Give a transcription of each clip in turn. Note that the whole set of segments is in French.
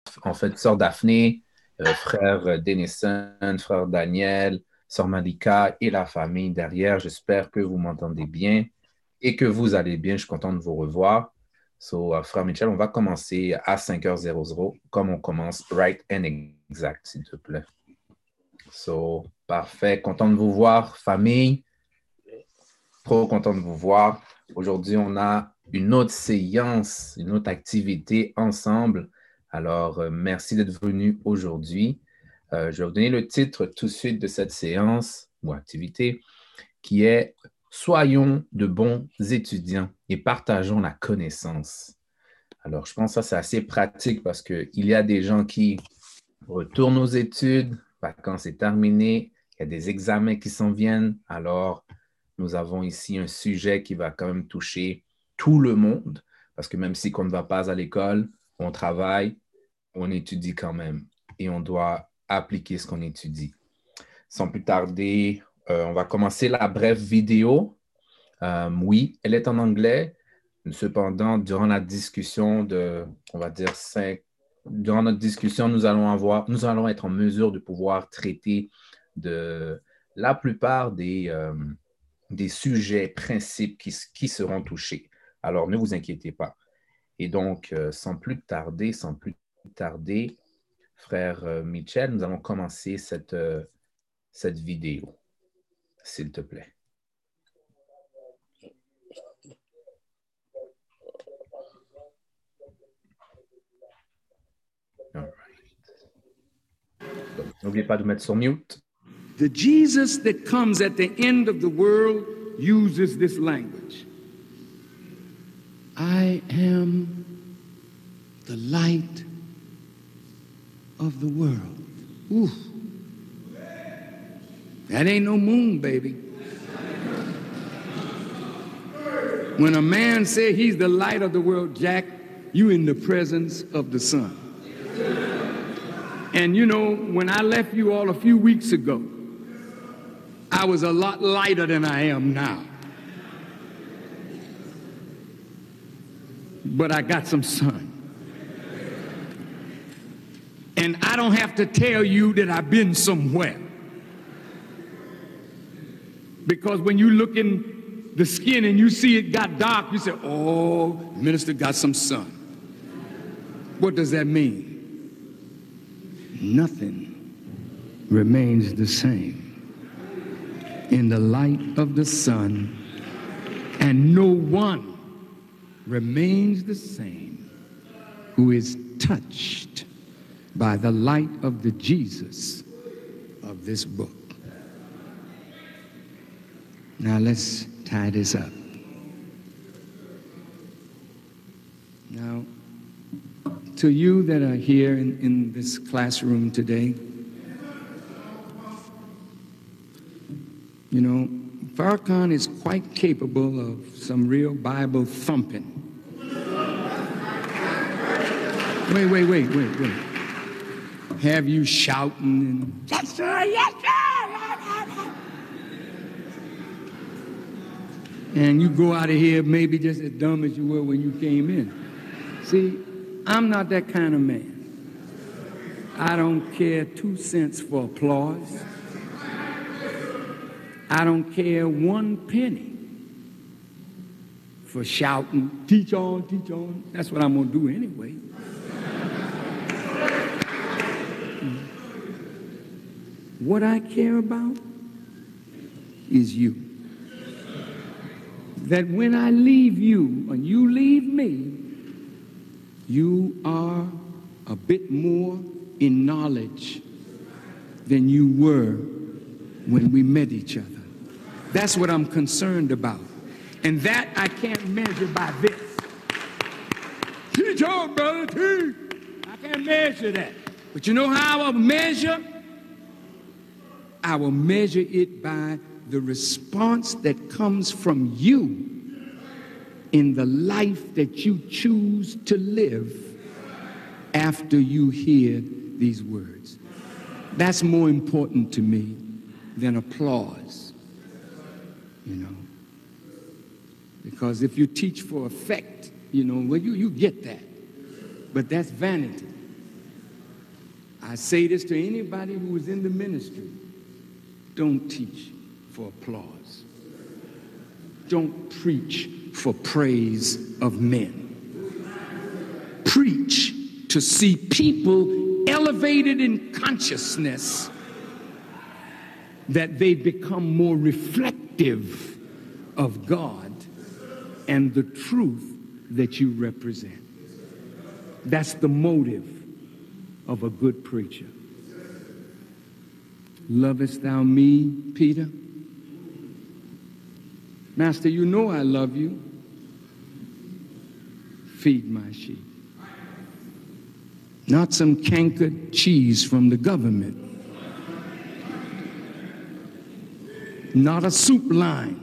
en fait, sœur Daphné, frère Denison, frère Daniel, sœur Malika et la famille derrière. J'espère que vous m'entendez bien et que vous allez bien. Je suis content de vous revoir. So, frère Michel, on va commencer à 5h00, comme on commence right and exact, s'il te plaît. So, parfait. Content de vous voir, famille. Trop content de vous voir. Aujourd'hui, on a une autre séance, une autre activité ensemble. Alors, merci d'être venu aujourd'hui. Je vais vous donner le titre tout de suite de cette séance ou activité qui est Soyons de bons étudiants et partageons la connaissance. Alors, je pense que ça, c'est assez pratique parce qu'il y a des gens qui retournent aux études, vacances est terminé, il y a des examens qui s'en viennent. Alors, nous avons ici un sujet qui va quand même toucher tout le monde, parce que même si on ne va pas à l'école, on travaille, on étudie quand même et on doit appliquer ce qu'on étudie. Sans plus tarder, on va commencer la brève vidéo. Oui, elle est en anglais. Cependant, durant la discussion de, on va dire, durant notre discussion, nous allons être en mesure de pouvoir traiter de la plupart des sujets, principes qui seront touchés. Alors, ne vous inquiétez pas. Et donc, sans plus tarder, frère Michel, nous allons commencer cette vidéo, s'il te plaît. All right. N'oubliez pas de mettre sur mute. The Jesus that comes at the end of the world uses this language. I am the light of the world. Ooh. That ain't no moon, baby. When a man says he's the light of the world, Jack, you in the presence of the sun. And you know, when I left you all a few weeks ago, I was a lot lighter than I am now. But I got some sun. And I don't have to tell you that I've been somewhere. Because when you look in the skin and you see it got dark, you say, oh, the minister got some sun. What does that mean? Nothing remains the same in the light of the sun, and no one remains the same who is touched by the light of the Jesus of this book. Now let's tie this up. Now, to you that are here in this classroom today, you know, Farrakhan is quite capable of some real Bible thumping. Wait. Have you shouting and, yes, sir, yes, sir. And you go out of here maybe just as dumb as you were when you came in. See, I'm not that kind of man. I don't care 2 cents for applause. I don't care 1 penny for shouting, teach on, teach on. That's what I'm going to do anyway. What I care about is you. That when I leave you and you leave me, you are a bit more in knowledge than you were when we met each other. That's what I'm concerned about. And that I can't measure by this. Teach on, brother, teach. I can't measure that. But you know how I will measure? I will measure it by the response that comes from you in the life that you choose to live after you hear these words. That's more important to me than applause, you know. Because if you teach for effect, you know, well, you get that. But that's vanity. I say this to anybody who is in the ministry. Don't teach for applause. Don't preach for praise of men. Preach to see people elevated in consciousness, that they become more reflective of God and the truth that you represent. That's the motive of a good preacher. Lovest thou me, Peter? Master, you know I love you. Feed my sheep. Not some cankered cheese from the government. Not a soup line.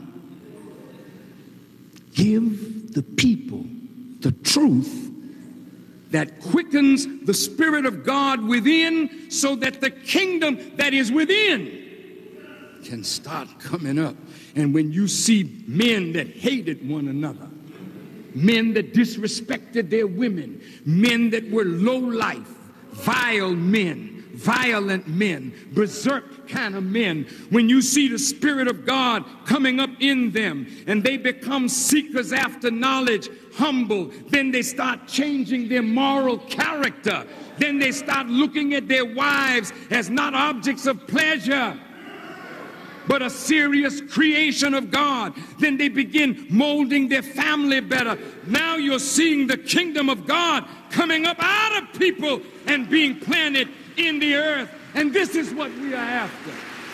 Give the people the truth that quickens the Spirit of God within, so that the kingdom that is within can start coming up. And when you see men that hated one another, men that disrespected their women, men that were low life, vile men, violent men, berserk kind of men, when you see the Spirit of God coming up in them and they become seekers after knowledge, humble, then they start changing their moral character. Then they start looking at their wives as not objects of pleasure, but a serious creation of God. Then they begin molding their family better. Now you're seeing the kingdom of God coming up out of people and being planted in the earth. And this is what we are after.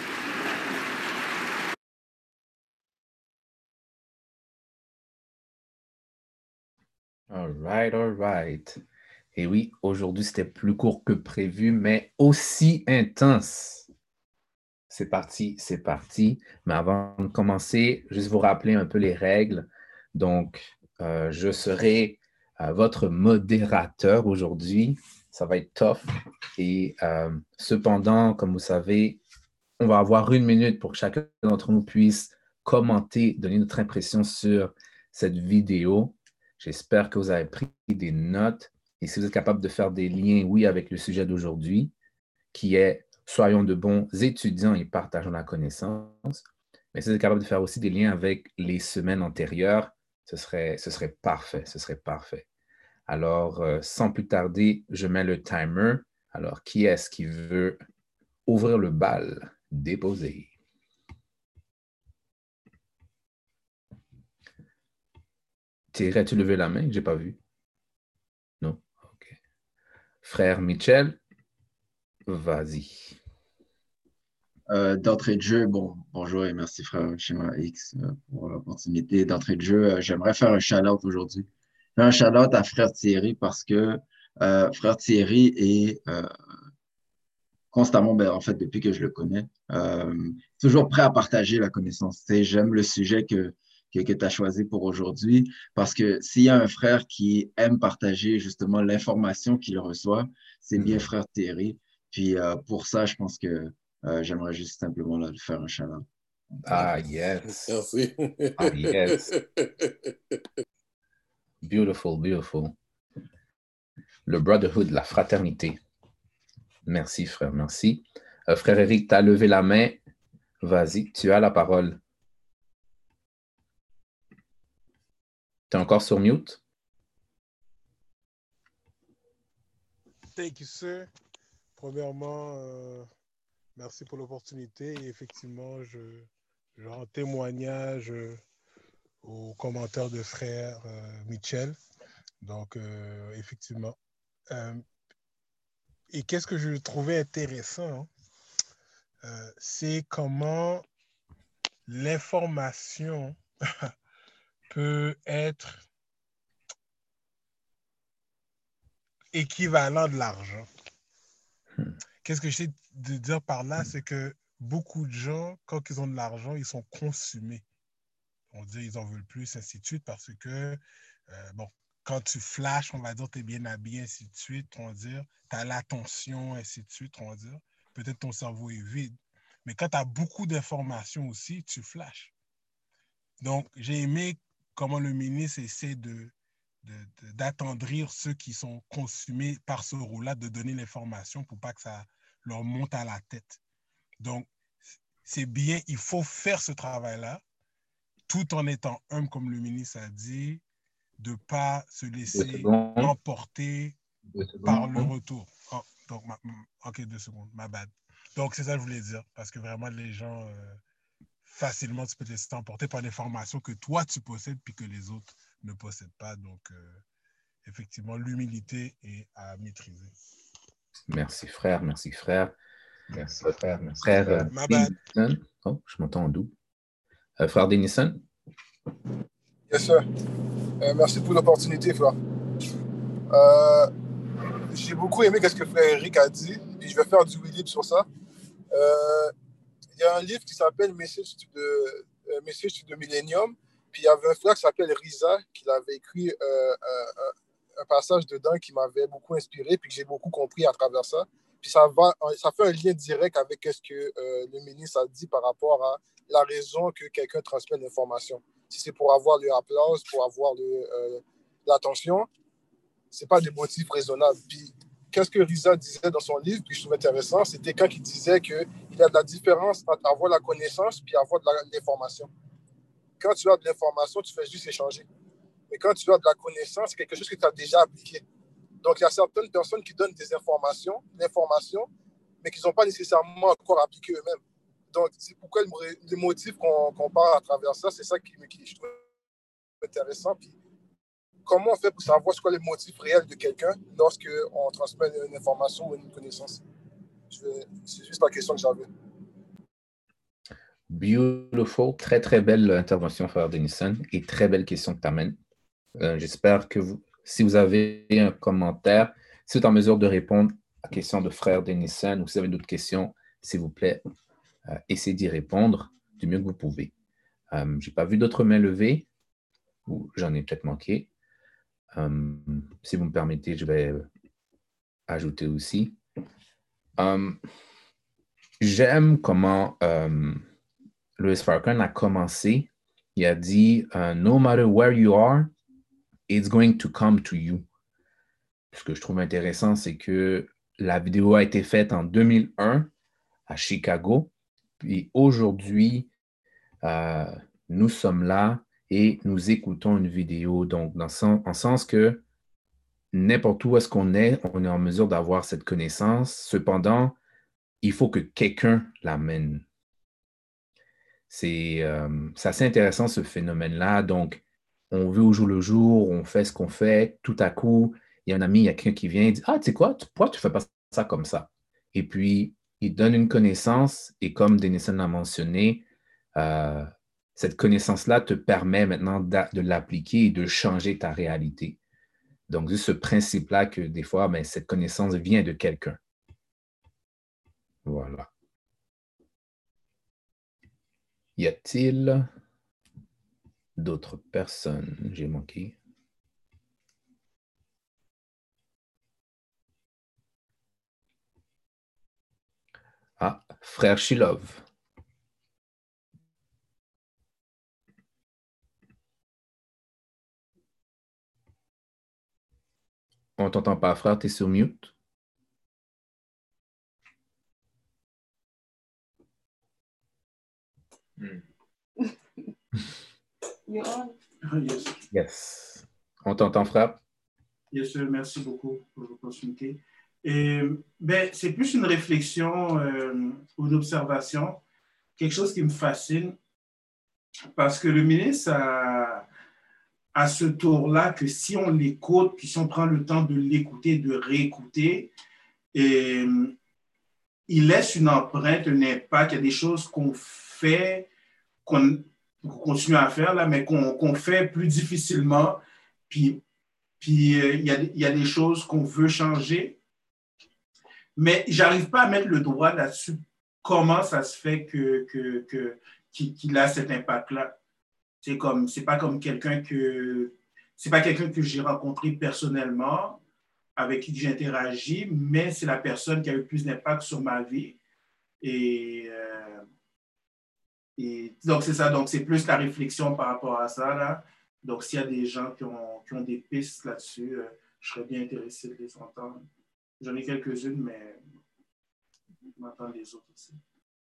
All right, all right. Et oui, aujourd'hui, c'était plus court que prévu, mais aussi intense. C'est parti, c'est parti. Mais avant de commencer, juste vous rappeler un peu les règles. Donc, je serai votre modérateur aujourd'hui. Ça va être tough. Et cependant, comme vous savez, on va avoir 1 minute pour que chacun d'entre nous puisse commenter, donner notre impression sur cette vidéo. J'espère que vous avez pris des notes. Et si vous êtes capable de faire des liens, oui, avec le sujet d'aujourd'hui, qui est « Soyons de bons étudiants et partageons la connaissance », mais si vous êtes capable de faire aussi des liens avec les semaines antérieures, ce serait parfait, ce serait parfait. Alors, sans plus tarder, je mets le timer. Alors, qui est-ce qui veut ouvrir le bal? Déposer. Thierry, as-tu levé la main? Je n'ai pas vu. Non? OK. Frère Michel, vas-y. D'entrée de jeu, bonjour et merci frère Schéma X pour l'opportunité. D'entrée de jeu, j'aimerais faire un shout-out aujourd'hui. Un shout-out à frère Thierry parce que frère Thierry est constamment, en fait, depuis que je le connais, toujours prêt à partager la connaissance. Tu sais, j'aime le sujet que tu as choisi pour aujourd'hui parce que s'il y a un frère qui aime partager justement l'information qu'il reçoit, c'est bien frère Thierry. Puis pour ça, je pense que j'aimerais juste simplement là, faire un shout-out. Ah, yes. Merci. Ah, yes. Beautiful, beautiful. Le brotherhood, la fraternité. Merci, frère, merci. Frère Eric, tu as levé la main. Vas-y, tu as la parole. Tu es encore sur mute? Thank you, sir. Premièrement, merci pour l'opportunité. Et effectivement, je rends témoignage aux commentaires de frère Michel. Donc, effectivement. Et qu'est-ce que je trouvais intéressant, c'est comment l'information peut être équivalent de l'argent. Qu'est-ce que j'essaie de dire par là, c'est que beaucoup de gens, quand ils ont de l'argent, ils sont consumés. On dit ils en veulent plus, ainsi de suite, parce que, quand tu flashes, on va dire tu es bien habillé, ainsi de suite, on va dire, tu as l'attention, ainsi de suite, on va dire. Peut-être ton cerveau est vide. Mais quand tu as beaucoup d'informations aussi, tu flashes. Donc, j'ai aimé comment le ministre essaie de d'attendrir ceux qui sont consumés par ce rôle-là, de donner l'information pour pas que ça leur monte à la tête. Donc, c'est bien, il faut faire ce travail-là, tout en étant humble, comme le ministre a dit, de ne pas se laisser emporter par le retour. Oh, donc, ok, 2 secondes, ma bad. Donc, c'est ça que je voulais dire, parce que vraiment, les gens, facilement, tu peux te laisser emporter par l'information que toi, tu possèdes, puis que les autres ne possèdent pas. Donc, effectivement, l'humilité est à maîtriser. Merci, frère. Merci, frère. Merci, frère. Merci, Frère frère. Denison. Oh, je m'entends en double. Frère Denison. Yes, sir. Merci pour l'opportunité, frère. J'ai beaucoup aimé ce que frère Eric a dit, et je vais faire du relief sur ça. Il y a un livre qui s'appelle Message to the Millennium, puis il y avait un frère qui s'appelle Riza, qui avait écrit un passage dedans qui m'avait beaucoup inspiré, puis que j'ai beaucoup compris à travers ça. Puis ça fait un lien direct avec ce que le ministre a dit par rapport à la raison que quelqu'un transmet l'information. Si c'est pour avoir l'applause, pour avoir l'attention, ce n'est pas des motifs raisonnables. Puis, qu'est-ce que Riza disait dans son livre, puis je trouve intéressant, c'était quand il disait qu'il y a de la différence entre avoir la connaissance puis avoir de l'information. Quand tu as de l'information, tu fais juste échanger. Mais quand tu as de la connaissance, c'est quelque chose que tu as déjà appliqué. Donc, il y a certaines personnes qui donnent l'information, mais qui n'ont pas nécessairement encore appliqué eux-mêmes. Donc, c'est pourquoi le motif qu'on parle à travers ça, c'est ça qui je trouve intéressant. Puis, comment on fait pour savoir ce qu'est le motif réel de quelqu'un lorsqu'on transmet une information ou une connaissance? C'est juste la question que j'avais. Beautiful. Très, très belle intervention, frère Denison, et très belle question que tu amènes. J'espère que si vous avez un commentaire, si vous êtes en mesure de répondre à la question de frère Denison, ou si vous avez d'autres questions, s'il vous plaît, essayez d'y répondre du mieux que vous pouvez. Je n'ai pas vu d'autres mains levées, ou j'en ai peut-être manqué. Si vous me permettez, je vais ajouter aussi. J'aime comment Louis Farrakhan a commencé. Il a dit « No matter where you are, it's going to come to you ». Ce que je trouve intéressant, c'est que la vidéo a été faite en 2001 à Chicago. Puis aujourd'hui, nous sommes là et nous écoutons une vidéo. Donc, en sens que n'importe où est-ce qu'on est, on est en mesure d'avoir cette connaissance. Cependant, il faut que quelqu'un l'amène. C'est assez intéressant ce phénomène-là. Donc, on veut au jour le jour, on fait ce qu'on fait. Tout à coup, il y a un ami, il y a quelqu'un qui vient et dit « Ah, tu sais quoi, pourquoi tu ne fais pas ça comme ça? » Et puis, il donne une connaissance et comme Denison l'a mentionné, cette connaissance-là te permet maintenant de l'appliquer et de changer ta réalité. Donc, juste ce principe-là que des fois, cette connaissance vient de quelqu'un. Voilà. Y a-t-il d'autres personnes? J'ai manqué. Ah, frère Shilov. On ne t'entend pas, frère, tu es sur mute. Yes. Yes. On t'entend, frère. Yes, sir. Merci beaucoup pour l'opportunité. C'est plus une réflexion ou une observation, quelque chose qui me fascine, parce que le ministre a ce tour-là que si on l'écoute, puis si on prend le temps de l'écouter, de réécouter, il laisse une empreinte, un impact. Il y a des choses qu'on fait, qu'on continue à faire, là, mais qu'on fait plus difficilement. Puis il y a des choses qu'on veut changer. Mais je n'arrive pas à mettre le doigt là-dessus. Comment ça se fait qu'il a cet impact-là? C'est pas quelqu'un que j'ai rencontré personnellement, avec qui j'ai interagi, mais c'est la personne qui a eu le plus d'impact sur ma vie. Et donc, c'est ça. Donc, c'est plus la réflexion par rapport à ça, là. Donc, s'il y a des gens qui ont des pistes là-dessus, je serais bien intéressé de les entendre. J'en ai quelques-unes, mais je m'entends les autres aussi.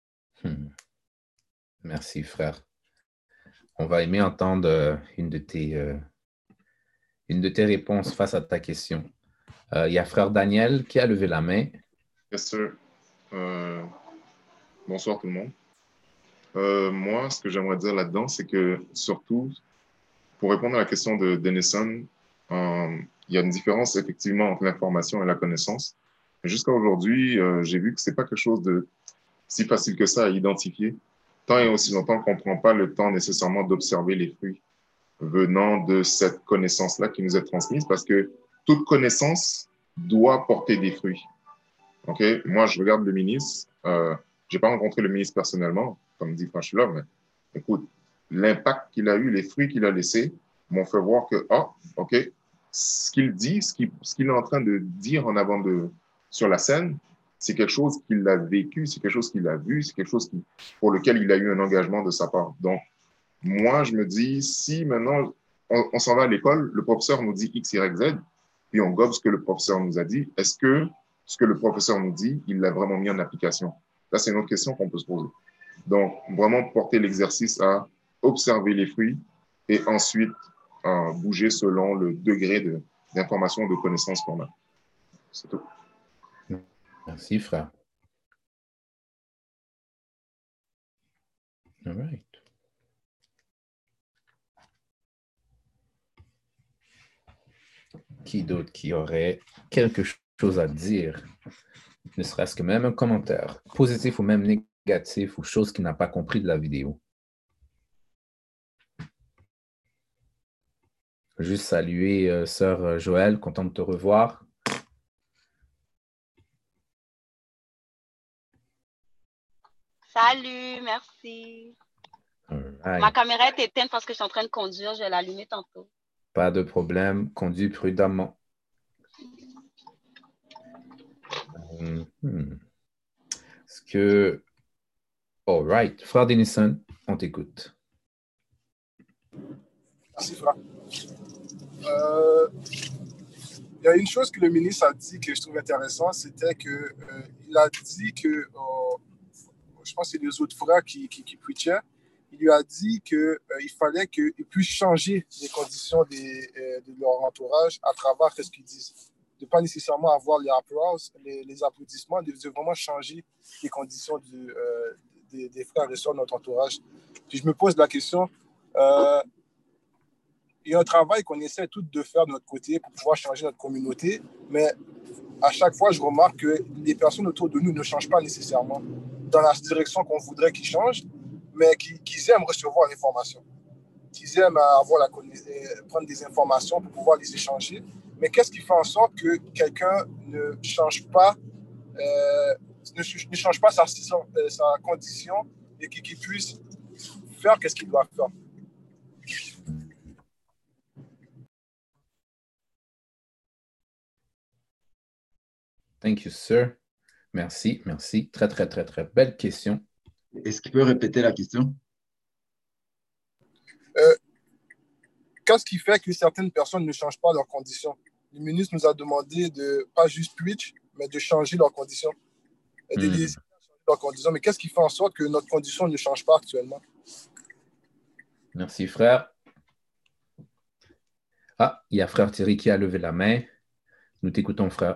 Merci, frère. On va aimer entendre une de tes réponses face à ta question. Il y a frère Daniel qui a levé la main. Yes, sir. Bonsoir tout le monde. Moi, ce que j'aimerais dire là-dedans, c'est que surtout, pour répondre à la question de Denison, il y a une différence effectivement entre l'information et la connaissance. Jusqu'à aujourd'hui, j'ai vu que c'est pas quelque chose de si facile que ça à identifier, tant et aussi longtemps qu'on ne prend pas le temps nécessairement d'observer les fruits venant de cette connaissance-là qui nous est transmise, parce que toute connaissance doit porter des fruits. Okay? Moi, je regarde le ministre. Je n'ai pas rencontré le ministre personnellement, comme dit Franchula, mais écoute, l'impact qu'il a eu, les fruits qu'il a laissés, m'ont fait voir que, OK, ce qu'il dit, ce qu'il est en train de dire en avant sur la scène, c'est quelque chose qu'il a vécu, c'est quelque chose qu'il a vu, c'est quelque chose pour lequel il a eu un engagement de sa part. Donc, moi, je me dis, si maintenant, on s'en va à l'école, le professeur nous dit X, Y, Z, puis on gobe ce que le professeur nous a dit, est-ce que ce que le professeur nous dit, il l'a vraiment mis en application? Là, c'est une autre question qu'on peut se poser. Donc, vraiment porter l'exercice à observer les fruits et ensuite bouger selon le degré d'information, de connaissance qu'on a. C'est tout. Merci, frère. All right. Qui d'autre qui aurait quelque chose à dire? Ne serait-ce que même un commentaire, positif ou même négatif, ou chose qu'il n'a pas compris de la vidéo. Juste saluer sœur Joëlle, content de te revoir. Salut, merci. Right. Ma caméra est éteinte parce que je suis en train de conduire. Je vais l'allumer tantôt. Pas de problème. Conduis prudemment. Est-ce que... All right. Frère Denison, on t'écoute. Merci, frère. Il y a une chose que le ministre a dit que je trouve intéressant, c'était qu'il a dit que, je pense que c'est les autres frères qui preachaient, il lui a dit qu'il fallait qu'ils puissent changer les conditions de leur entourage à travers ce qu'ils disent. De ne pas nécessairement avoir les applaudissements, de vraiment changer les conditions des frères et sœurs de notre entourage. Puis je me pose la question, il y a un travail qu'on essaie tous de faire de notre côté pour pouvoir changer notre communauté, mais à chaque fois, je remarque que les personnes autour de nous ne changent pas nécessairement dans la direction qu'on voudrait qu'ils changent, mais qu'ils aiment recevoir l'information, qu'ils aiment prendre des informations pour pouvoir les échanger. Mais qu'est-ce qui fait en sorte que quelqu'un ne change pas sa condition et qu'il puisse faire ce qu'il doit faire? Thank you, sir. Merci, merci. Très, très, très, très belle question. Est-ce qu'il peut répéter la question? Qu'est-ce qui fait que certaines personnes ne changent pas leurs conditions? Le ministre nous a demandé de pas juste preach, mais de changer leurs conditions. De les changer leurs conditions. Mais qu'est-ce qui fait en sorte que notre condition ne change pas actuellement? Merci, frère. Ah, il y a frère Thierry qui a levé la main. Nous t'écoutons, frère.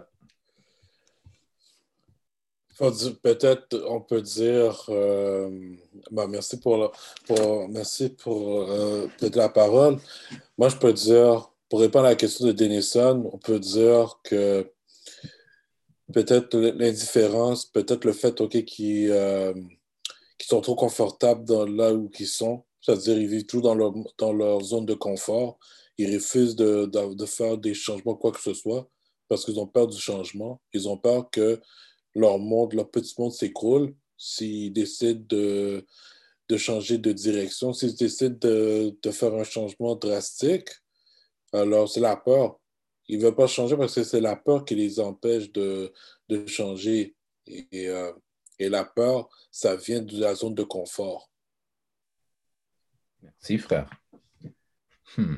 Peut-être on peut dire merci pour peut-être la parole. Moi, je peux dire, pour répondre à la question de Denison, on peut dire que peut-être l'indifférence, peut-être le fait qu'ils sont trop confortables là où ils sont, c'est-à-dire ils vivent tout dans leur zone de confort, ils refusent de faire des changements, quoi que ce soit, parce qu'ils ont peur du changement, ils ont peur que leur petit monde s'écroule s'ils décident de changer de direction, s'ils décident de faire un changement drastique. Alors, c'est la peur. Ils ne veulent pas changer parce que c'est la peur qui les empêche de changer. Et la peur, ça vient de la zone de confort. Merci, frère.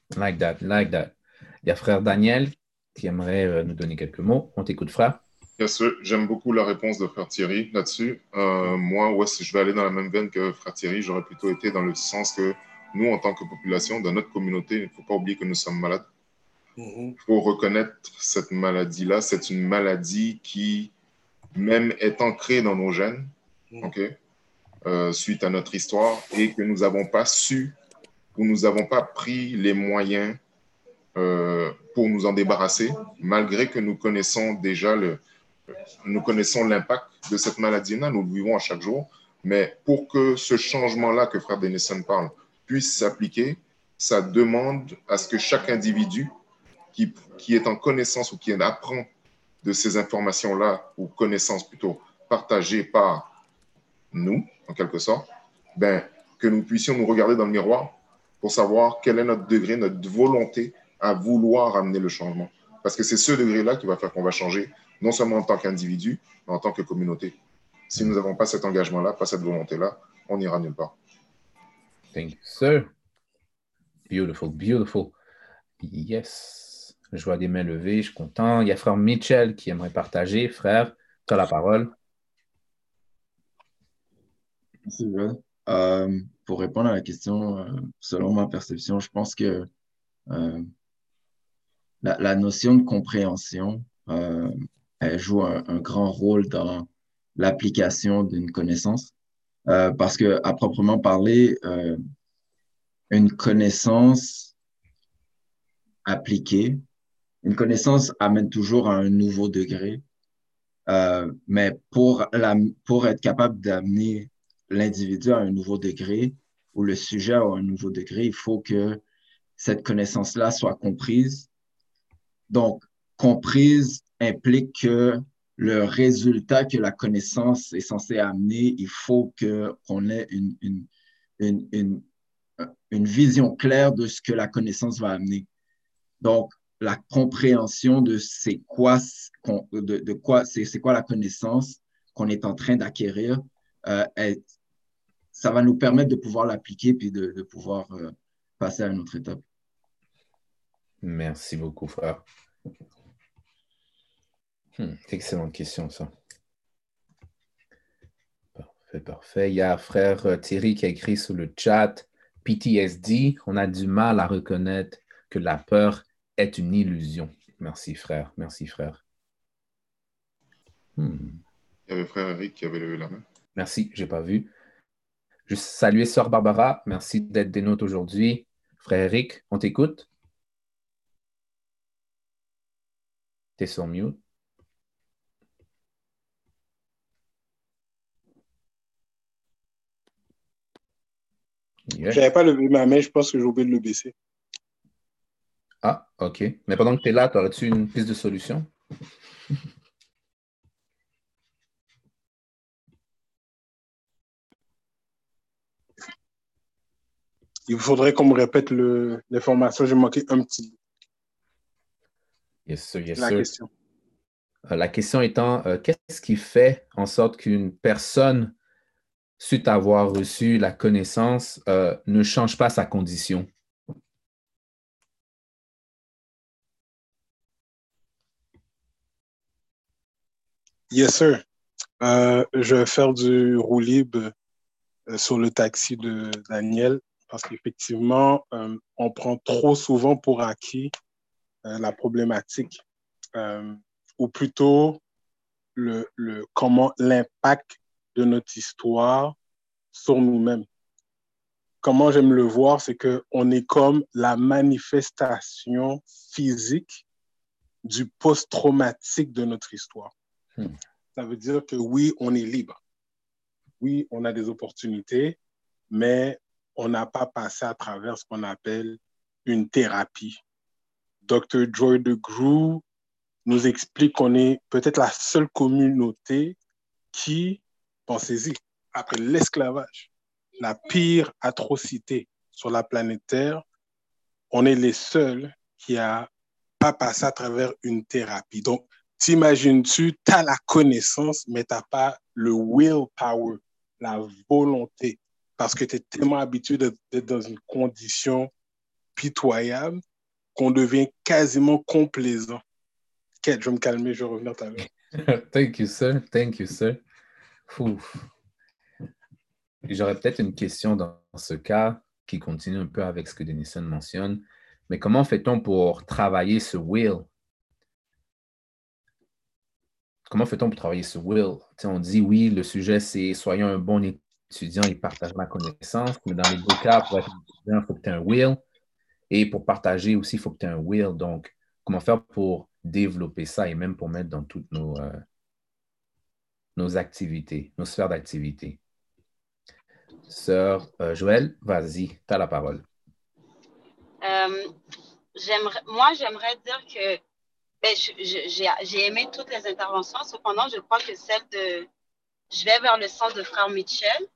Like that, like that. Il y a frère Daniel qui aimerait nous donner quelques mots. On t'écoute, frère. Bien sûr, j'aime beaucoup la réponse de frère Thierry là-dessus. Moi, ouais, si je vais aller dans la même veine que frère Thierry, j'aurais plutôt été dans le sens que nous, en tant que population, dans notre communauté, il ne faut pas oublier que nous sommes malades. Il faut reconnaître cette maladie-là. C'est une maladie qui, même est ancrée dans nos gènes, suite à notre histoire, et que nous n'avons pas su, ou nous n'avons pas pris les moyens pour nous en débarrasser, malgré que nous connaissons déjà nous connaissons l'impact de cette maladie-là, nous le vivons à chaque jour, mais pour que ce changement-là que frère Denison parle puisse s'appliquer, ça demande à ce que chaque individu qui est en connaissance ou qui apprend de ces informations-là, ou connaissances plutôt partagées par nous, en quelque sorte, que nous puissions nous regarder dans le miroir pour savoir quel est notre degré, notre volonté à vouloir amener le changement. Parce que c'est ce degré-là qui va faire qu'on va changer, non seulement en tant qu'individu, mais en tant que communauté. Si nous n'avons pas cet engagement-là, pas cette volonté-là, on n'ira nulle part. Thank you, sir. Beautiful, beautiful. Yes. Je vois des mains levées, je suis content. Il y a frère Mitchell qui aimerait partager. Frère, tu as la parole. Merci, Joël. Pour répondre à la question, selon ma perception, je pense que la notion de compréhension, elle joue un grand rôle dans l'application d'une connaissance. Parce que, à proprement parler, une connaissance appliquée, une connaissance amène toujours à un nouveau degré. Mais pour être capable d'amener l'individu à un nouveau degré ou le sujet à un nouveau degré, il faut que cette connaissance-là soit comprise. Donc, comprise implique que le résultat que la connaissance est censée amener, il faut qu'on ait une vision claire de ce que la connaissance va amener. Donc, la compréhension de c'est quoi la connaissance qu'on est en train d'acquérir, ça va nous permettre de pouvoir l'appliquer puis de pouvoir passer à une autre étape. Merci beaucoup, frère. Excellente question, ça. Parfait, parfait. Il y a frère Thierry qui a écrit sur le chat, PTSD, on a du mal à reconnaître que la peur est une illusion. Merci, frère. Merci, frère. Il y avait frère Eric qui avait levé la main. Merci, je n'ai pas vu. Juste saluer sœur Barbara. Merci d'être des nôtres aujourd'hui. Frère Eric, on t'écoute? T'es sur mute. Yeah. Je n'avais pas levé ma main, je pense que j'ai oublié de le baisser. Ah, OK. Mais pendant que tu es là, aurais-tu une piste de solution? Il faudrait qu'on me répète l'information. J'ai manqué un petit bout. Yes, sir, yes, la sir. question. La question étant, qu'est-ce qui fait en sorte qu'une personne, suite à avoir reçu la connaissance, ne change pas sa condition? Yes, sir. Je vais faire du roue libre sur le taxi de Daniel parce qu'effectivement, on prend trop souvent pour acquis la problématique ou plutôt comment l'impact de notre histoire sur nous-mêmes. Comment j'aime le voir, c'est qu'on est comme la manifestation physique du post-traumatique de notre histoire. Ça veut dire que oui, on est libre. Oui, on a des opportunités, mais on n'a pas passé à travers ce qu'on appelle une thérapie. Dr. Joy DeGruy nous explique qu'on est peut-être la seule communauté qui, pensez-y, après l'esclavage, la pire atrocité sur la planète Terre, on est les seuls qui n'ont pas passé à travers une thérapie. Donc, t'imagines-tu, tu as la connaissance, mais tu n'as pas le willpower, la volonté, parce que tu es tellement habitué d'être dans une condition pitoyable qu'on devient quasiment complaisant. Quête, je vais me calmer, je vais revenir tout à l'heure. Thank you, sir. Thank you, sir. Ouf. J'aurais peut-être une question dans ce cas qui continue un peu avec ce que Denison mentionne. Mais comment fait-on pour travailler ce will? Comment fait-on pour travailler ce will? T'sais, on dit oui, le sujet, c'est soyons un bon étudiant et partage la connaissance. Mais dans les deux cas, pour être un étudiant, il faut que tu aies un will. Et pour partager aussi, il faut que tu aies un will. Donc, comment faire pour développer ça et même pour mettre dans toutes nos activités, nos sphères d'activité? Sœur Joël, vas-y, tu as la parole. J'aimerais dire que j'ai aimé toutes les interventions. Cependant, je crois que je vais vers le sens de frère Mitchell.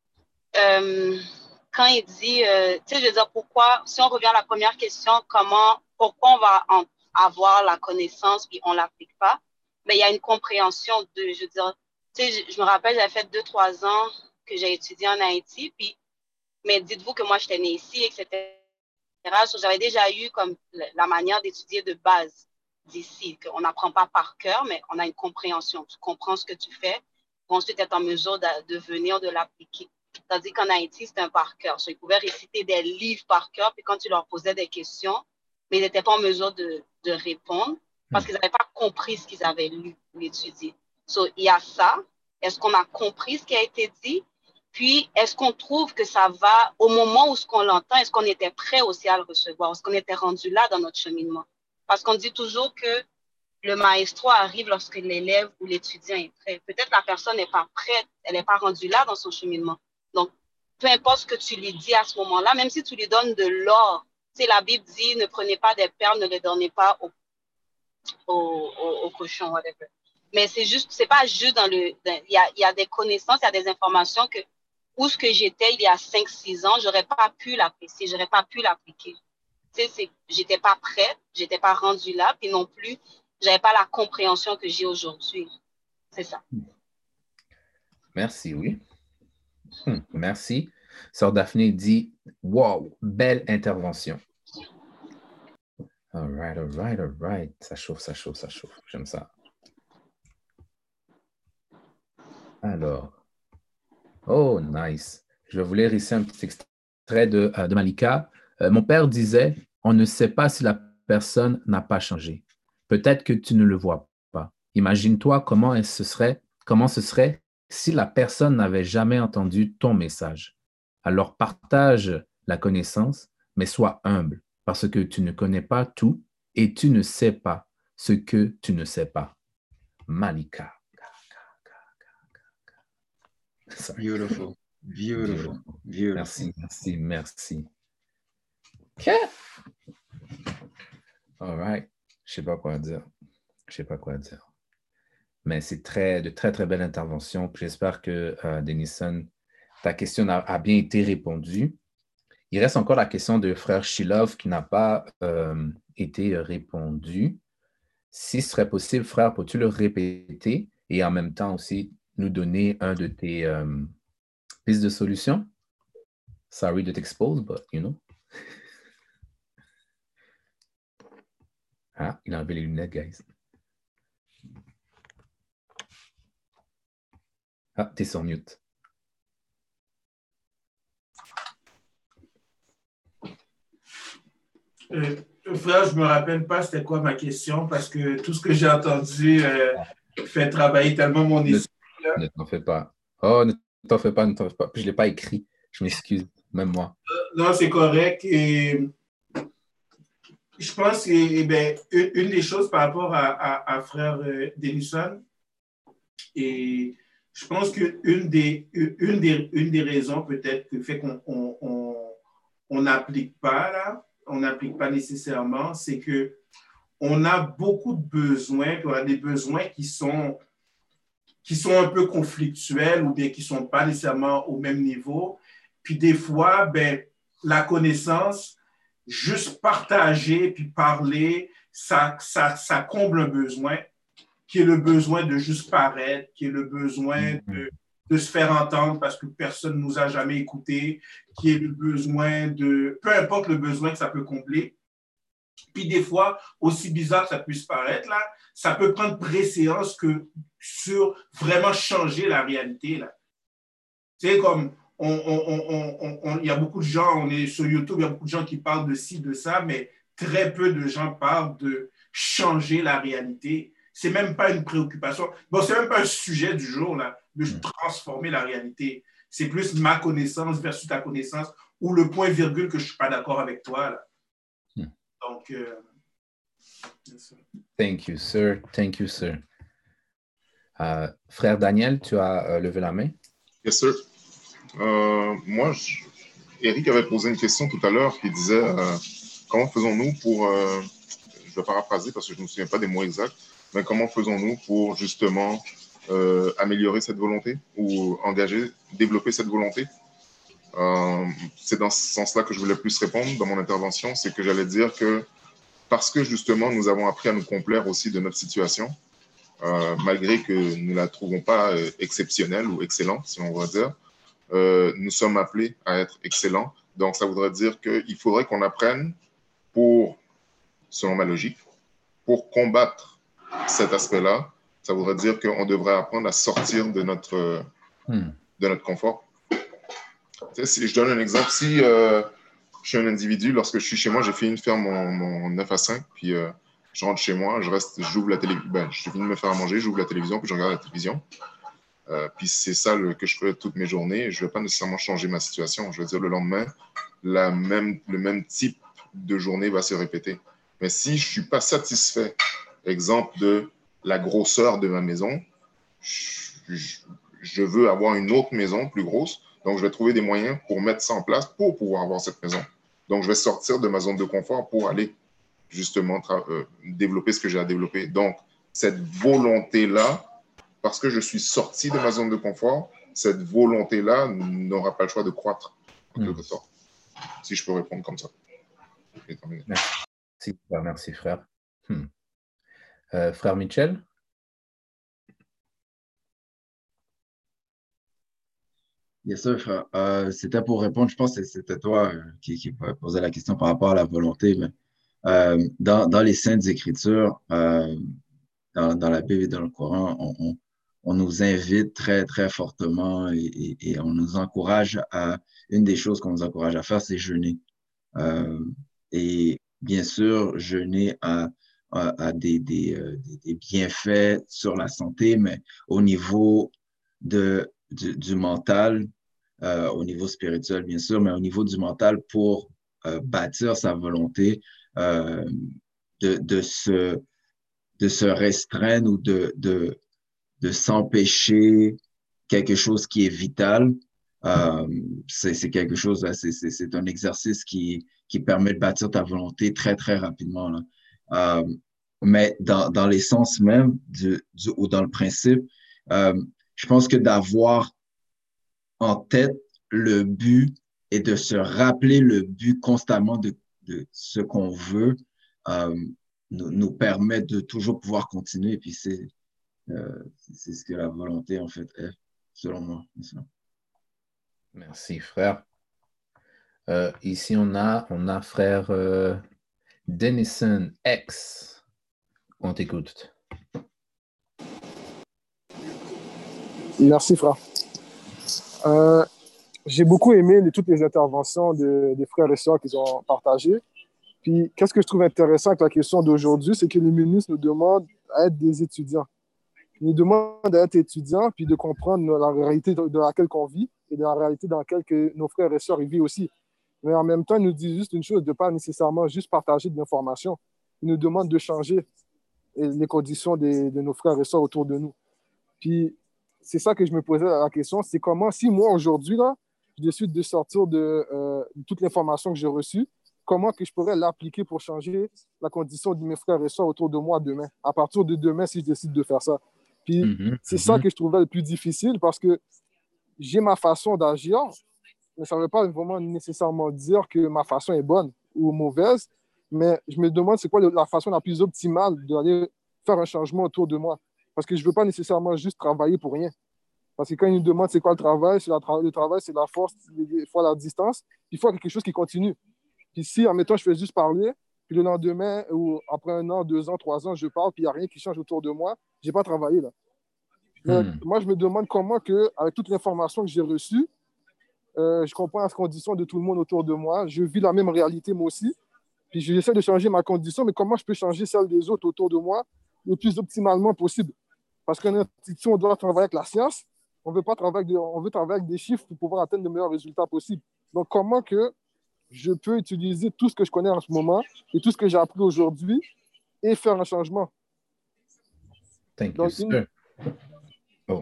Quand il dit, tu sais, je veux dire, pourquoi, si on revient à la première question, pourquoi on va avoir la connaissance puis on ne l'applique pas, mais il y a une compréhension je veux dire, tu sais, je me rappelle, j'avais fait 2-3 ans que j'ai étudié en Haïti, mais dites-vous que moi, j'étais née ici, etc. J'avais déjà eu comme la manière d'étudier de base d'ici, qu'on n'apprend pas par cœur, mais on a une compréhension. Tu comprends ce que tu fais, pour ensuite être en mesure de venir de l'appliquer. Tandis qu'en Haïti, c'était un par cœur. Ils pouvaient réciter des livres par cœur, puis quand tu leur posais des questions, mais ils n'étaient pas en mesure de répondre parce qu'ils n'avaient pas compris ce qu'ils avaient lu ou étudié. Il y a ça. Est-ce qu'on a compris ce qui a été dit? Puis, est-ce qu'on trouve que ça va, au moment où ce qu'on l'entend, est-ce qu'on était prêt aussi à le recevoir? Est-ce qu'on était rendu là dans notre cheminement? Parce qu'on dit toujours que le maestro arrive lorsque l'élève ou l'étudiant est prêt. Peut-être la personne n'est pas prête, elle n'est pas rendue là dans son cheminement. Donc, peu importe ce que tu lui dis à ce moment-là, même si tu lui donnes de l'or, tu sais, la Bible dit, ne prenez pas des perles, ne les donnez pas au cochon, whatever. Mais c'est pas juste il y a des connaissances, il y a des informations que, où ce que j'étais il y a 5-6 ans, j'aurais pas pu l'apprécier, j'aurais pas pu l'appliquer. Tu sais, j'étais pas prête, j'étais pas rendue là, puis non plus, j'avais pas la compréhension que j'ai aujourd'hui. C'est ça. Merci, oui. Merci. Sœur Daphné dit, wow, belle intervention. All right. Ça chauffe. J'aime ça. Alors. Oh, nice. Je voulais réciter un petit extrait de Malika. Mon père disait, on ne sait pas si la personne n'a pas changé. Peut-être que tu ne le vois pas. Imagine-toi comment ce serait si la personne n'avait jamais entendu ton message. Alors partage la connaissance, mais sois humble, parce que tu ne connais pas tout et tu ne sais pas ce que tu ne sais pas. Malika. Beautiful. Merci. OK. All right. Je sais pas quoi dire. Mais c'est de très, très belles interventions. J'espère que, Denison, ta question a bien été répondue. Il reste encore la question de frère Shilov qui n'a pas été répondue. Si ce serait possible, frère, peux-tu le répéter et en même temps aussi nous donner un de tes pistes de solution? Sorry to t'expose, but you know. Ah, il a enlevé les lunettes, guys. Ah, t'es sur mute. Frère, je ne me rappelle pas c'était quoi ma question parce que tout ce que j'ai entendu fait travailler tellement mon esprit. Ne t'en fais pas. Oh, ne t'en fais pas. Je ne l'ai pas écrit. Je m'excuse, même moi. Non, c'est correct. Et je pense que une des choses par rapport à frère Denison, et je pense qu'une des raisons peut-être que fait qu'on n'applique pas là, on n'applique pas nécessairement, c'est qu'on a beaucoup de besoins, puis on a des besoins qui sont un peu conflictuels ou bien qui ne sont pas nécessairement au même niveau. Puis des fois, la connaissance, juste partager puis parler, ça comble un besoin qui est le besoin de juste paraître, qui est le besoin de se faire entendre parce que personne ne nous a jamais écoutés, qui est le besoin de, peu importe le besoin que ça peut combler. Puis des fois, aussi bizarre que ça puisse paraître, là, ça peut prendre préséance que sur vraiment changer la réalité. Là. C'est comme, il y a beaucoup de gens, on est sur YouTube, il y a beaucoup de gens qui parlent de ci, de ça, mais très peu de gens parlent de changer la réalité. C'est même pas une préoccupation. Bon, c'est même pas un sujet du jour, là, de transformer la réalité. C'est plus ma connaissance versus ta connaissance ou le point virgule que je suis pas d'accord avec toi, là. Donc, Thank you, sir. Thank you, sir. Frère Daniel, tu as levé la main? Yes, sir. Moi, Eric avait posé une question tout à l'heure qui disait comment faisons-nous pour, je vais paraphraser parce que je ne me souviens pas des mots exacts, mais comment faisons-nous pour justement améliorer cette volonté ou développer cette volonté? C'est dans ce sens-là que je voulais plus répondre dans mon intervention, c'est que j'allais dire que parce que justement nous avons appris à nous complaire aussi de notre situation, malgré que nous ne la trouvons pas exceptionnelle ou excellente, si on va dire, nous sommes appelés à être excellents. Donc ça voudrait dire qu'il faudrait qu'on apprenne selon ma logique, pour combattre cet aspect-là, ça voudrait dire qu'on devrait apprendre à sortir de notre confort. Si je donne un exemple, si je suis un individu, lorsque je suis chez moi, j'ai fini de faire mon 9 à 5, puis je rentre chez moi, j'ouvre la télévision, je finis de me faire à manger, j'ouvre la télévision, puis je regarde la télévision. Puis c'est ça que je fais toutes mes journées. Je ne vais pas nécessairement changer ma situation. Je veux dire, le lendemain, le même type de journée va se répéter. Mais si je ne suis pas satisfait, exemple de la grosseur de ma maison, je veux avoir une autre maison plus grosse. Donc, je vais trouver des moyens pour mettre ça en place pour pouvoir avoir cette maison. Donc, je vais sortir de ma zone de confort pour aller justement développer ce que j'ai à développer. Donc, cette volonté-là, parce que je suis sorti de ma zone de confort, cette volonté-là n'aura pas le choix de croître, en quelque sorte. Si je peux répondre comme ça. Merci, frère. Frère Mitchell? Yes, sir, frère. C'était pour répondre, je pense que c'était toi qui posais la question par rapport à la volonté. Mais, dans les Saintes Écritures, dans la Bible et dans le Coran, on nous invite très, très fortement et on nous encourage une des choses qu'on nous encourage à faire, c'est jeûner. Et bien sûr, jeûner a des bienfaits sur la santé, mais au niveau du mental, au niveau spirituel, bien sûr, mais au niveau du mental, pour bâtir sa volonté, de se restreindre ou de s'empêcher quelque chose qui est vital. C'est quelque chose, c'est un exercice qui permet de bâtir ta volonté très, très rapidement, là. Mais dans l'essence même ou dans le principe, je pense que d'avoir en tête le but et de se rappeler le but constamment de ce qu'on veut nous permet de toujours pouvoir continuer. Et puis c'est ce que la volonté, en fait, est, selon moi. Merci, frère. Ici, on a frère Denison X. On t'écoute. Merci, frère. J'ai beaucoup aimé toutes les interventions des frères et sœurs qu'ils ont partagées. Puis, qu'est-ce que je trouve intéressant avec la question d'aujourd'hui, c'est que les ministres nous demandent à être des étudiants. Ils nous demandent d'être étudiants, puis de comprendre la réalité dans laquelle on vit et de la réalité dans laquelle que nos frères et sœurs vivent aussi. Mais en même temps, ils nous disent juste une chose, de ne pas nécessairement juste partager de l'information. Ils nous demandent de changer les conditions de nos frères et sœurs autour de nous. Puis, c'est ça que je me posais la question, c'est comment, si moi, aujourd'hui, là, je décide de sortir de toute l'information que j'ai reçue, comment que je pourrais l'appliquer pour changer la condition de mes frères et sœurs autour de moi demain, à partir de demain, si je décide de faire ça. Puis, c'est ça que je trouvais le plus difficile parce que j'ai ma façon d'agir, mais ça ne veut pas vraiment nécessairement dire que ma façon est bonne ou mauvaise, mais je me demande c'est quoi la façon la plus optimale d'aller faire un changement autour de moi. Parce que je ne veux pas nécessairement juste travailler pour rien. Parce que quand ils nous demandent c'est quoi le travail, le travail, c'est la force fois la distance. Il faut quelque chose qui continue. Puis si, admettons, je fais juste parler, puis le lendemain, ou après 1 an, 2 ans, 3 ans, je parle, puis il n'y a rien qui change autour de moi, je n'ai pas travaillé là. Donc, moi, je me demande comment, avec toute l'information que j'ai reçue, je comprends les conditions de tout le monde autour de moi, je vis la même réalité moi aussi, puis j'essaie de changer ma condition, mais comment je peux changer celle des autres autour de moi le plus optimalement possible? Parce qu'en institution, on doit travailler avec la science, on veut travailler avec des chiffres pour pouvoir atteindre de meilleurs résultats possibles. Donc, comment que je peux utiliser tout ce que je connais en ce moment et tout ce que j'ai appris aujourd'hui et faire un changement? Thank you, sir. Oh.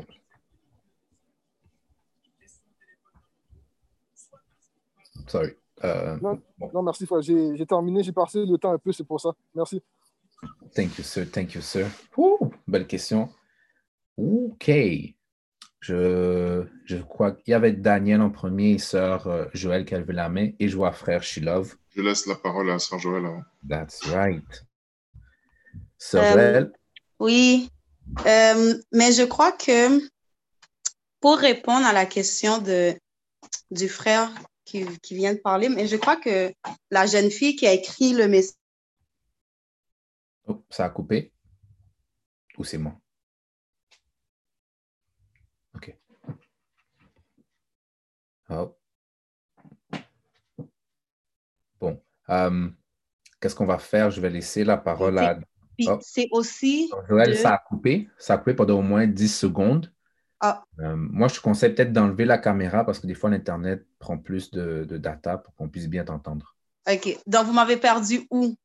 Sorry. Non, merci. J'ai terminé, j'ai passé le temps un peu, c'est pour ça. Merci. Thank you, sir. Thank you, sir. Belle question. OK. Je crois qu'il y avait Daniel en premier et sœur Joël qui a levé la main et je vois frère Shilov. Je laisse la parole à sœur Joël avant. That's right. Sœur Joël? Oui. Mais je crois que pour répondre à la question du frère qui vient de parler, mais je crois que la jeune fille qui a écrit le message. Oh, ça a coupé? Ou c'est moi? OK. Oh. Bon. Qu'est-ce qu'on va faire? Je vais laisser la parole à... Puis c'est aussi... Joël, ça a coupé. Ça a coupé pendant au moins 10 secondes. Ah. Moi, je te conseille peut-être d'enlever la caméra parce que des fois, l'Internet prend plus de data pour qu'on puisse bien t'entendre. OK. Donc, vous m'avez perdu où?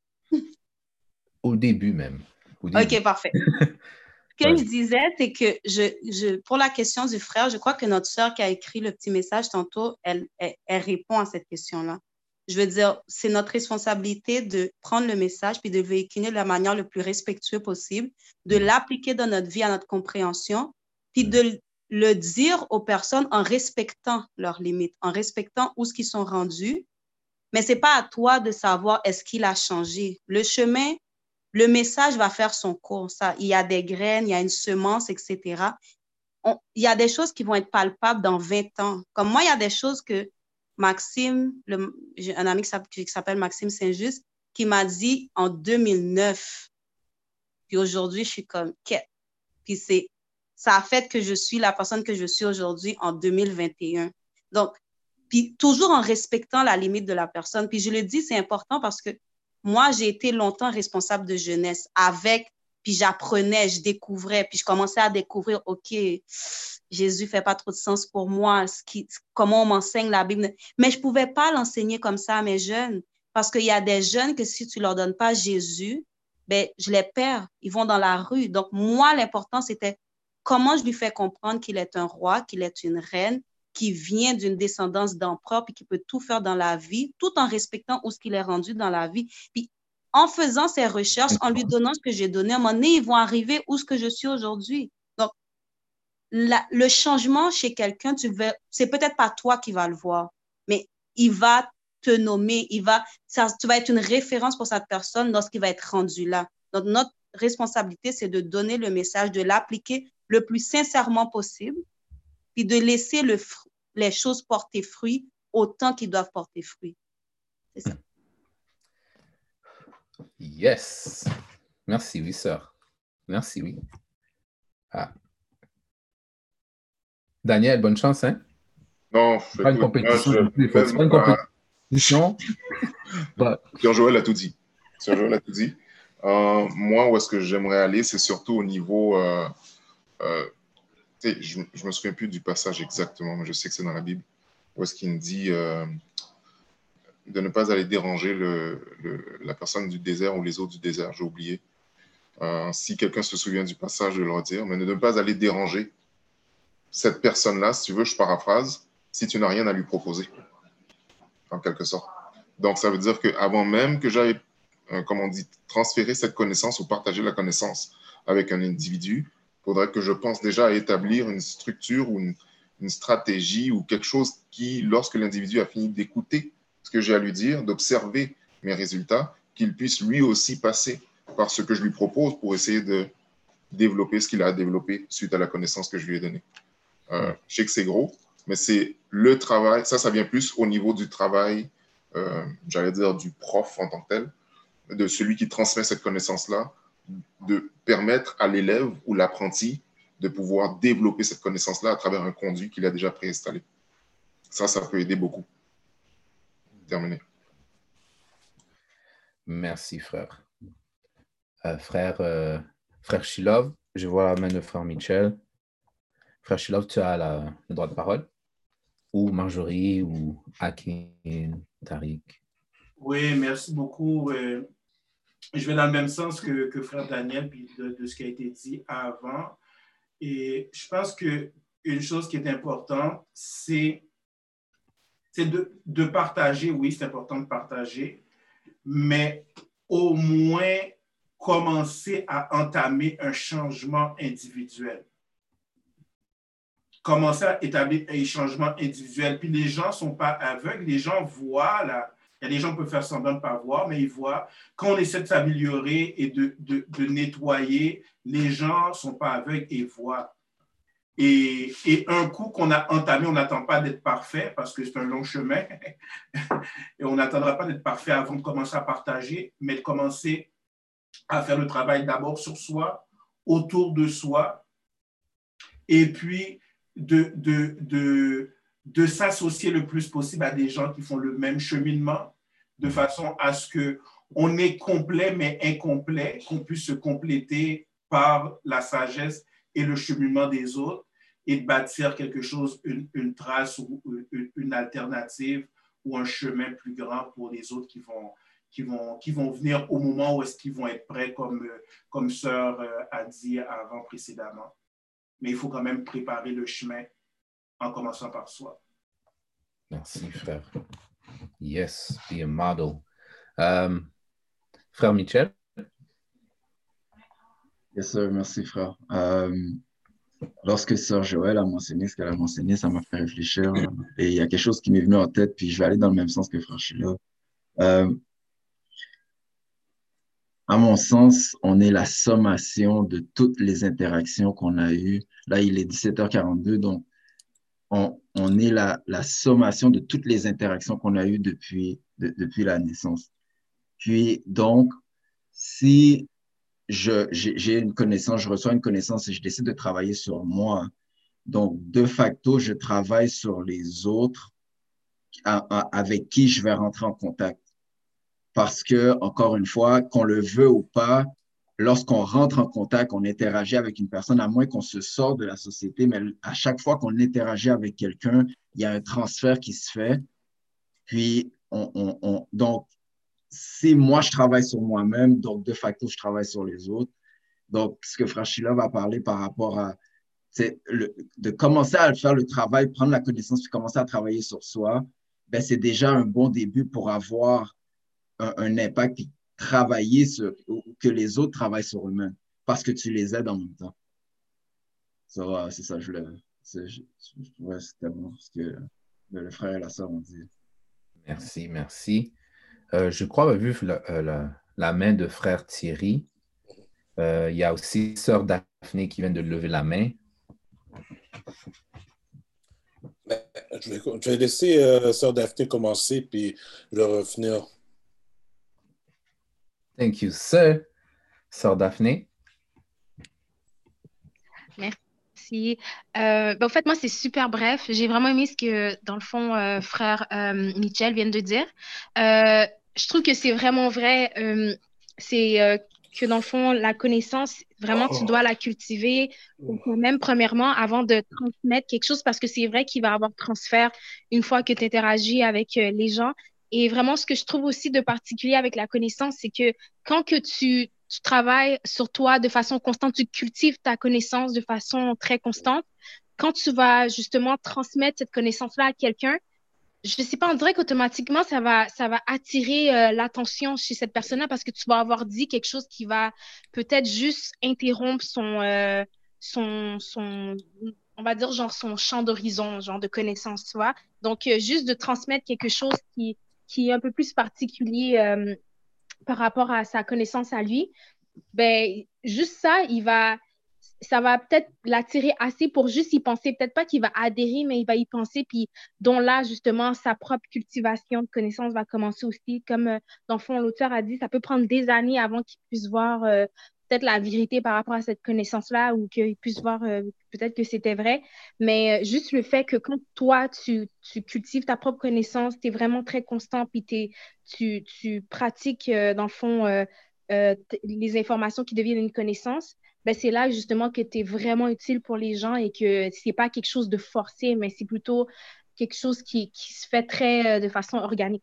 Au début même. OK, parfait. Ce que je disais, c'est que pour la question du frère, je crois que notre sœur qui a écrit le petit message tantôt, elle répond à cette question-là. Je veux dire, c'est notre responsabilité de prendre le message puis de le véhiculer de la manière le plus respectueuse possible, de l'appliquer dans notre vie, à notre compréhension, puis de le dire aux personnes en respectant leurs limites, en respectant où ce qu'ils sont rendus. Mais ce n'est pas à toi de savoir est-ce qu'il a changé. Le chemin, le message va faire son cours. Il y a des graines, il y a une semence, etc. Il y a des choses qui vont être palpables dans 20 ans. Comme moi, il y a des choses que Maxime, j'ai un ami qui s'appelle Maxime Saint-Just, qui m'a dit en 2009. Puis aujourd'hui, je suis comme, quête. Puis ça a fait que je suis la personne que je suis aujourd'hui en 2021. Donc, puis toujours en respectant la limite de la personne. Puis je le dis, c'est important parce que moi, j'ai été longtemps responsable de jeunesse puis j'apprenais, je découvrais, puis je commençais à découvrir, OK, Jésus ne fait pas trop de sens pour moi, comment on m'enseigne la Bible. Mais je ne pouvais pas l'enseigner comme ça à mes jeunes parce qu'il y a des jeunes que si tu ne leur donnes pas Jésus, ben, je les perds, ils vont dans la rue. Donc, moi, l'important, c'était comment je lui fais comprendre qu'il est un roi, qu'il est une reine, qui vient d'une descendance d'empereur puis qui peut tout faire dans la vie, tout en respectant où ce qu'il est rendu dans la vie. Puis en faisant ces recherches, en lui donnant ce que j'ai donné, à un moment donné, ils vont arriver où ce que je suis aujourd'hui. Donc, le changement chez quelqu'un, c'est peut-être pas toi qui vas le voir, mais il va te nommer, tu vas être une référence pour cette personne lorsqu'il va être rendu là. Donc, notre responsabilité, c'est de donner le message, de l'appliquer le plus sincèrement possible, puis de laisser les choses porter fruit autant qu'ils doivent porter fruit. C'est ça. Yes. Merci, oui, sœur. Merci, oui. Ah. Daniel, bonne chance, hein? Non, c'est pas une compétition. C'est pas une compétition. Sœur Joël a tout dit. Sœur Joël a tout dit. Moi, où est-ce que j'aimerais aller, c'est surtout au niveau... je ne me souviens plus du passage exactement, mais je sais que c'est dans la Bible, où est-ce qu'il me dit de ne pas aller déranger la personne du désert ou les autres du désert, j'ai oublié. Si quelqu'un se souvient du passage, de le redire, mais de ne pas aller déranger cette personne-là, si tu veux, je paraphrase, si tu n'as rien à lui proposer, en quelque sorte. Donc, ça veut dire qu'avant même que j'aille, comme on dit, transférer cette connaissance ou partager la connaissance avec un individu, il faudrait que je pense déjà à établir une structure ou une stratégie ou quelque chose qui, lorsque l'individu a fini d'écouter ce que j'ai à lui dire, d'observer mes résultats, qu'il puisse lui aussi passer par ce que je lui propose pour essayer de développer ce qu'il a à développer suite à la connaissance que je lui ai donnée. Je sais que c'est gros, mais c'est le travail. Ça vient plus au niveau du travail, j'allais dire, du prof en tant que tel, de celui qui transmet cette connaissance-là, de permettre à l'élève ou l'apprenti de pouvoir développer cette connaissance-là à travers un conduit qu'il a déjà préinstallé. Ça peut aider beaucoup. Terminé. Merci, frère. Frère Shilov, je vois la main de frère Mitchell. Frère Shilov, tu as le droit de parole? Ou Marjorie, ou Akin, Tariq? Oui, merci beaucoup. Je vais dans le même sens que frère Daniel, puis de ce qui a été dit avant. Et je pense qu'une chose qui est importante, c'est de partager. Oui, c'est important de partager, mais au moins commencer à entamer un changement individuel. Commencer à établir un changement individuel. Puis les gens ne sont pas aveugles, les gens voient là. Il y a des gens qui peuvent faire semblant de ne pas voir, mais ils voient. Quand on essaie de s'améliorer et de nettoyer, les gens ne sont pas aveugles et voient. Et un coup qu'on a entamé, on n'attend pas d'être parfait parce que c'est un long chemin. Et on n'attendra pas d'être parfait avant de commencer à partager, mais de commencer à faire le travail d'abord sur soi, autour de soi, et puis de s'associer le plus possible à des gens qui font le même cheminement, de façon à ce qu'on est complet mais incomplet, qu'on puisse se compléter par la sagesse et le cheminement des autres et de bâtir quelque chose, une trace ou une alternative ou un chemin plus grand pour les autres qui vont venir au moment où est-ce qu'ils vont être prêts, comme Sœur a dit avant précédemment. Mais il faut quand même préparer le chemin en commençant par soi. Merci, frère. Yes, be a model. Frère Mitchell? Yes, sir, merci, frère. Lorsque Sœur Joël a mentionné ce qu'elle a mentionné, ça m'a fait réfléchir. Et il y a quelque chose qui m'est venu en tête, puis je vais aller dans le même sens que frère Sheila. À mon sens, on est la sommation de toutes les interactions qu'on a eues. Là, il est 17h42, donc on est la sommation de toutes les interactions qu'on a eues depuis la naissance. Puis, donc, si j'ai une connaissance, je reçois une connaissance et je décide de travailler sur moi, donc, de facto, je travaille sur les autres avec qui je vais rentrer en contact. Parce que, encore une fois, qu'on le veut ou pas, lorsqu'on rentre en contact, on interagit avec une personne, à moins qu'on se sorte de la société, mais à chaque fois qu'on interagit avec quelqu'un, il y a un transfert qui se fait. Puis, donc, si moi, je travaille sur moi-même, donc de facto, je travaille sur les autres. Donc, ce que Frère Sheila va parler par rapport à de commencer à faire le travail, prendre la connaissance, puis commencer à travailler sur soi, ben, c'est déjà un bon début pour avoir un impact, puis travailler sur, que les autres travaillent sur eux-mêmes, parce que tu les aides en même temps. C'est ça, ouais, c'était bon ce que le frère et la sœur ont dit. Merci, merci. Je crois avoir vu la main de frère Thierry. Il y a aussi sœur Daphné qui vient de lever la main. Je vais laisser sœur Daphné commencer, puis je vais revenir. Thank you, sir. Sœur Daphné. Merci. En fait, moi, c'est super bref. J'ai vraiment aimé ce que, dans le fond, frère Mitchell vient de dire. Je trouve que c'est vraiment vrai. C'est que, dans le fond, la connaissance, vraiment, tu dois la cultiver pour toi-même, premièrement, avant de transmettre quelque chose, parce que c'est vrai qu'il va y avoir transfert une fois que tu interagis avec les gens. Et vraiment, ce que je trouve aussi de particulier avec la connaissance, c'est que quand que tu travailles sur toi de façon constante, tu cultives ta connaissance de façon très constante. Quand tu vas justement transmettre cette connaissance-là à quelqu'un, je ne sais pas, on dirait qu'automatiquement, ça va attirer l'attention chez cette personne-là parce que tu vas avoir dit quelque chose qui va peut-être juste interrompre on va dire, genre son champ d'horizon, genre de connaissance, tu vois. Donc, juste de transmettre quelque chose qui est un peu plus particulier par rapport à sa connaissance à lui, ben, juste ça, ça va peut-être l'attirer assez pour juste y penser. Peut-être pas qu'il va adhérer, mais il va y penser. Puis, dont là, justement, sa propre cultivation de connaissances va commencer aussi. Comme, dans le fond, l'auteur a dit, ça peut prendre des années avant qu'il puisse voir peut-être la vérité par rapport à cette connaissance-là ou qu'il puisse voir peut-être que c'était vrai. Mais juste le fait que quand toi, tu cultives ta propre connaissance, tu es vraiment très constant, puis tu pratiques, dans le fond, les informations qui deviennent une connaissance, ben c'est là justement que tu es vraiment utile pour les gens et que c'est pas quelque chose de forcé, mais c'est plutôt quelque chose qui se fait très de façon organique.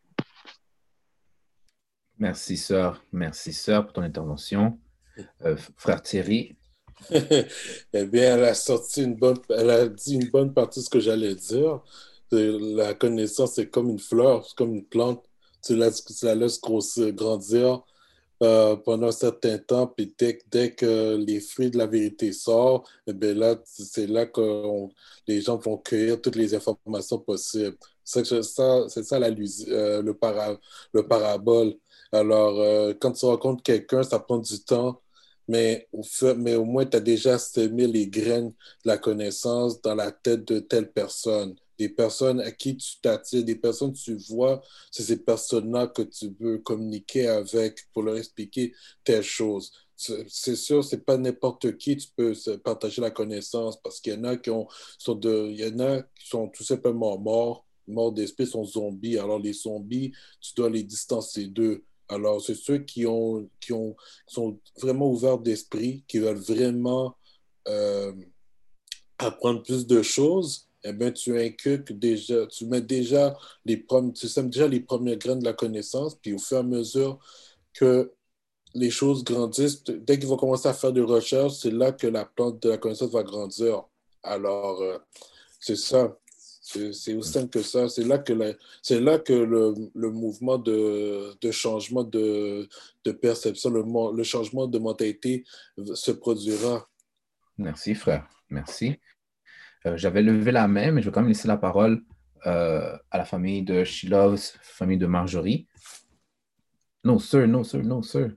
Merci, sœur. Merci, sœur, pour ton intervention. Frère Thierry. Eh bien, elle a dit une bonne partie de ce que j'allais dire. La connaissance, c'est comme une fleur, c'est comme une plante. Tu la laisses grandir pendant un certain temps, puis dès que les fruits de la vérité sortent, eh bien là, c'est là que les gens vont cueillir toutes les informations possibles. C'est ça le parabole. Alors, quand tu rencontres quelqu'un, ça prend du temps, mais au moins, tu as déjà semé les graines de la connaissance dans la tête de telle personne. Des personnes à qui tu t'attires, des personnes que tu vois, c'est ces personnes-là que tu veux communiquer avec pour leur expliquer telle chose. C'est sûr, c'est pas n'importe qui tu peux partager la connaissance parce qu'il y en a il y en a qui sont tout simplement morts d'esprit, sont zombies. Alors les zombies, tu dois les distancer d'eux. Alors, c'est ceux qui sont vraiment ouverts d'esprit, qui veulent vraiment apprendre plus de choses. Eh bien, tu inculques déjà, tu sèmes déjà les premières graines de la connaissance, puis au fur et à mesure que les choses grandissent, dès qu'ils vont commencer à faire des recherches, c'est là que la plante de la connaissance va grandir. Alors, c'est ça. C'est aussi simple que ça. C'est là que le mouvement de changement de perception, le changement de mentalité se produira. Merci, frère. Merci. J'avais levé la main, mais je vais quand même laisser la parole à la famille de Shilovs, famille de Marjorie. No, sir, no, sir, no, sir.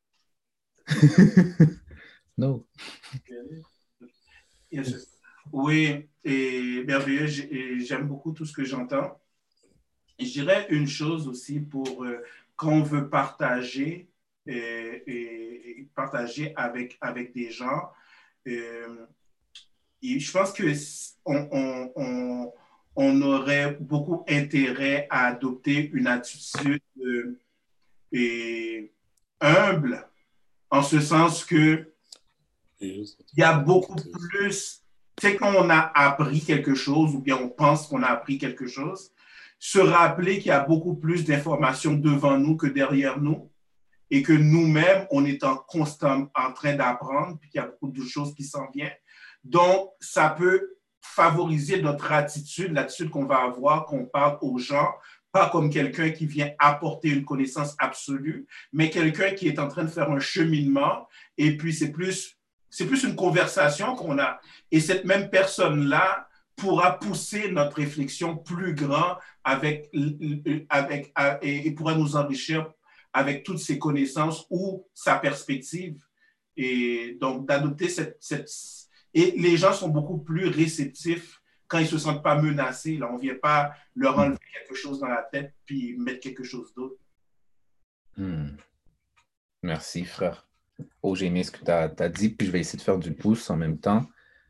No. Yes. Oui, et merveilleux, j'aime beaucoup tout ce que j'entends. Je dirais une chose aussi pour quand on veut partager et partager avec des gens. Et je pense que on aurait beaucoup intérêt à adopter une attitude humble, en ce sens que il y a beaucoup plus, c'est quand on a appris quelque chose ou bien on pense qu'on a appris quelque chose, se rappeler qu'il y a beaucoup plus d'informations devant nous que derrière nous et que nous-mêmes, on est en train d'apprendre puis qu'il y a beaucoup de choses qui s'en viennent. Donc, ça peut favoriser notre attitude, l'attitude qu'on va avoir, qu'on parle aux gens, pas comme quelqu'un qui vient apporter une connaissance absolue, mais quelqu'un qui est en train de faire un cheminement et puis c'est plus une conversation qu'on a. Et cette même personne-là pourra pousser notre réflexion plus grand et pourra nous enrichir avec toutes ses connaissances ou sa perspective. Et donc, d'adopter Et les gens sont beaucoup plus réceptifs quand ils ne se sentent pas menacés. Là, on ne vient pas leur enlever quelque chose dans la tête puis mettre quelque chose d'autre. Merci, frère. Oh, j'ai aimé ce que tu as dit, puis je vais essayer de faire du pouce en même temps.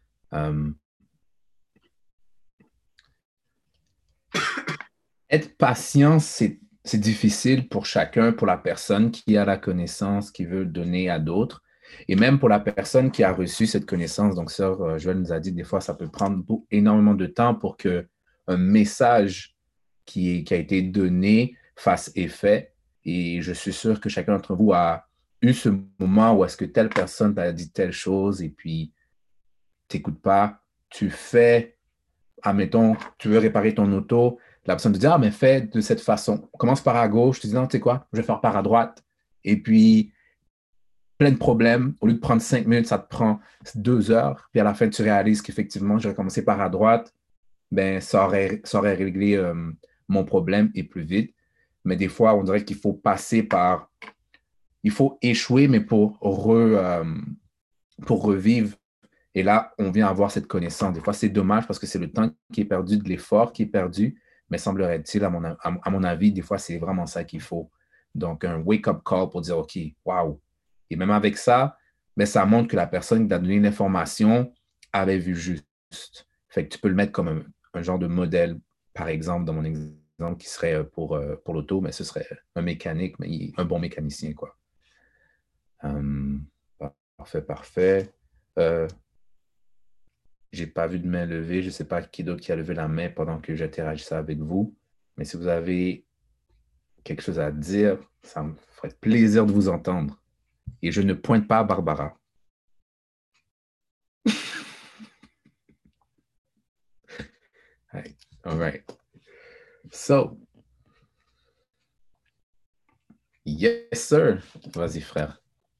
Être patient, c'est difficile pour chacun, pour la personne qui a la connaissance, qui veut donner à d'autres, et même pour la personne qui a reçu cette connaissance. Donc, sœur Joël nous a dit, des fois, ça peut prendre énormément de temps pour qu'un message qui a été donné fasse effet. Et je suis sûr que chacun d'entre vous a eu ce moment où est-ce que telle personne t'a dit telle chose et puis tu n'écoutes pas, tu fais, admettons, tu veux réparer ton auto, la personne te dit, ah, mais fais de cette façon. Commence par à gauche, tu dis, non, tu sais quoi, je vais faire par à droite. Et puis, plein de problèmes. Au lieu de prendre 5 minutes, ça te prend 2 heures. Puis à la fin, tu réalises qu'effectivement, j'aurais commencé par à droite. Ben, ça aurait réglé mon problème et plus vite. Mais des fois, on dirait qu'il faut passer par... Il faut échouer, mais pour revivre Et là, on vient avoir cette connaissance. Des fois, c'est dommage parce que c'est le temps qui est perdu, de l'effort qui est perdu, mais semblerait-il, à mon avis, des fois, c'est vraiment ça qu'il faut. Donc, un wake-up call pour dire, OK, wow. Et même avec ça, mais ça montre que la personne qui a donné l'information avait vu juste. Fait que tu peux le mettre comme un genre de modèle, par exemple, dans mon exemple, qui serait pour l'auto, mais ce serait un mécanique, mais un bon mécanicien, quoi. Parfait. J'ai pas vu de main levée. Je ne sais pas qui d'autre qui a levé la main pendant que j'interagissais avec vous. Mais si vous avez quelque chose à dire, ça me ferait plaisir de vous entendre. Et je ne pointe pas à Barbara. All right. So, yes, sir. Vas-y, frère.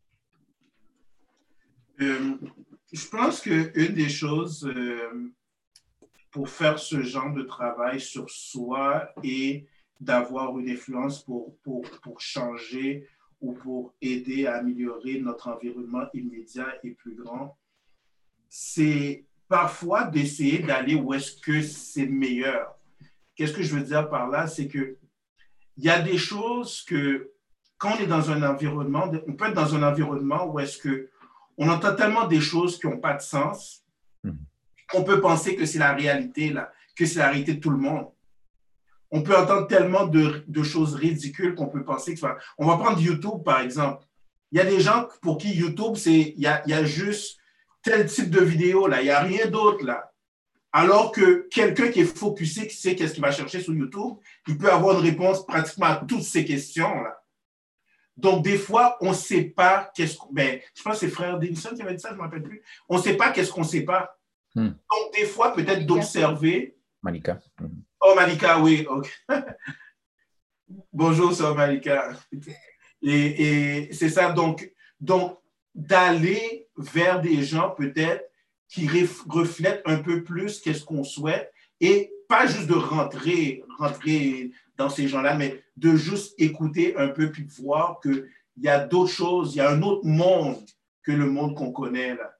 Je pense qu'une des choses pour faire ce genre de travail sur soi et d'avoir une influence pour changer ou pour aider à améliorer notre environnement immédiat et plus grand, c'est parfois d'essayer d'aller où est-ce que c'est meilleur. Qu'est-ce que je veux dire par là? C'est qu'il y a des choses que, quand on est dans un environnement, on peut être dans un environnement où est-ce qu'on entend tellement des choses qui n'ont pas de sens, qu'on peut penser que c'est la réalité, là, que c'est la réalité de tout le monde. On peut entendre tellement de choses ridicules qu'on peut penser que ça... On va prendre YouTube, par exemple. Il y a des gens pour qui YouTube, il y a juste tel type de vidéo, là. Il n'y a rien d'autre, là. Alors que quelqu'un qui est focusé, qui sait qu'est-ce qu'il va chercher sur YouTube, il peut avoir une réponse pratiquement à toutes ces questions-là. Donc, des fois, on ne sait pas qu'est-ce qu'on... Ben, je pense que c'est frère Denison qui avait dit ça, je ne me rappelle plus. On ne sait pas qu'est-ce qu'on ne sait pas. Donc, des fois, peut-être d'observer... Malika. Oh, Malika, oui. Okay. Bonjour, sœur Malika. Et c'est ça, donc d'aller vers des gens peut-être qui reflètent un peu plus qu'est-ce qu'on souhaite et pas juste de rentrer dans ces gens-là, mais de juste écouter un peu puis voir qu'il y a d'autres choses, il y a un autre monde que le monde qu'on connaît là.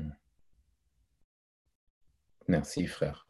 Merci, frère.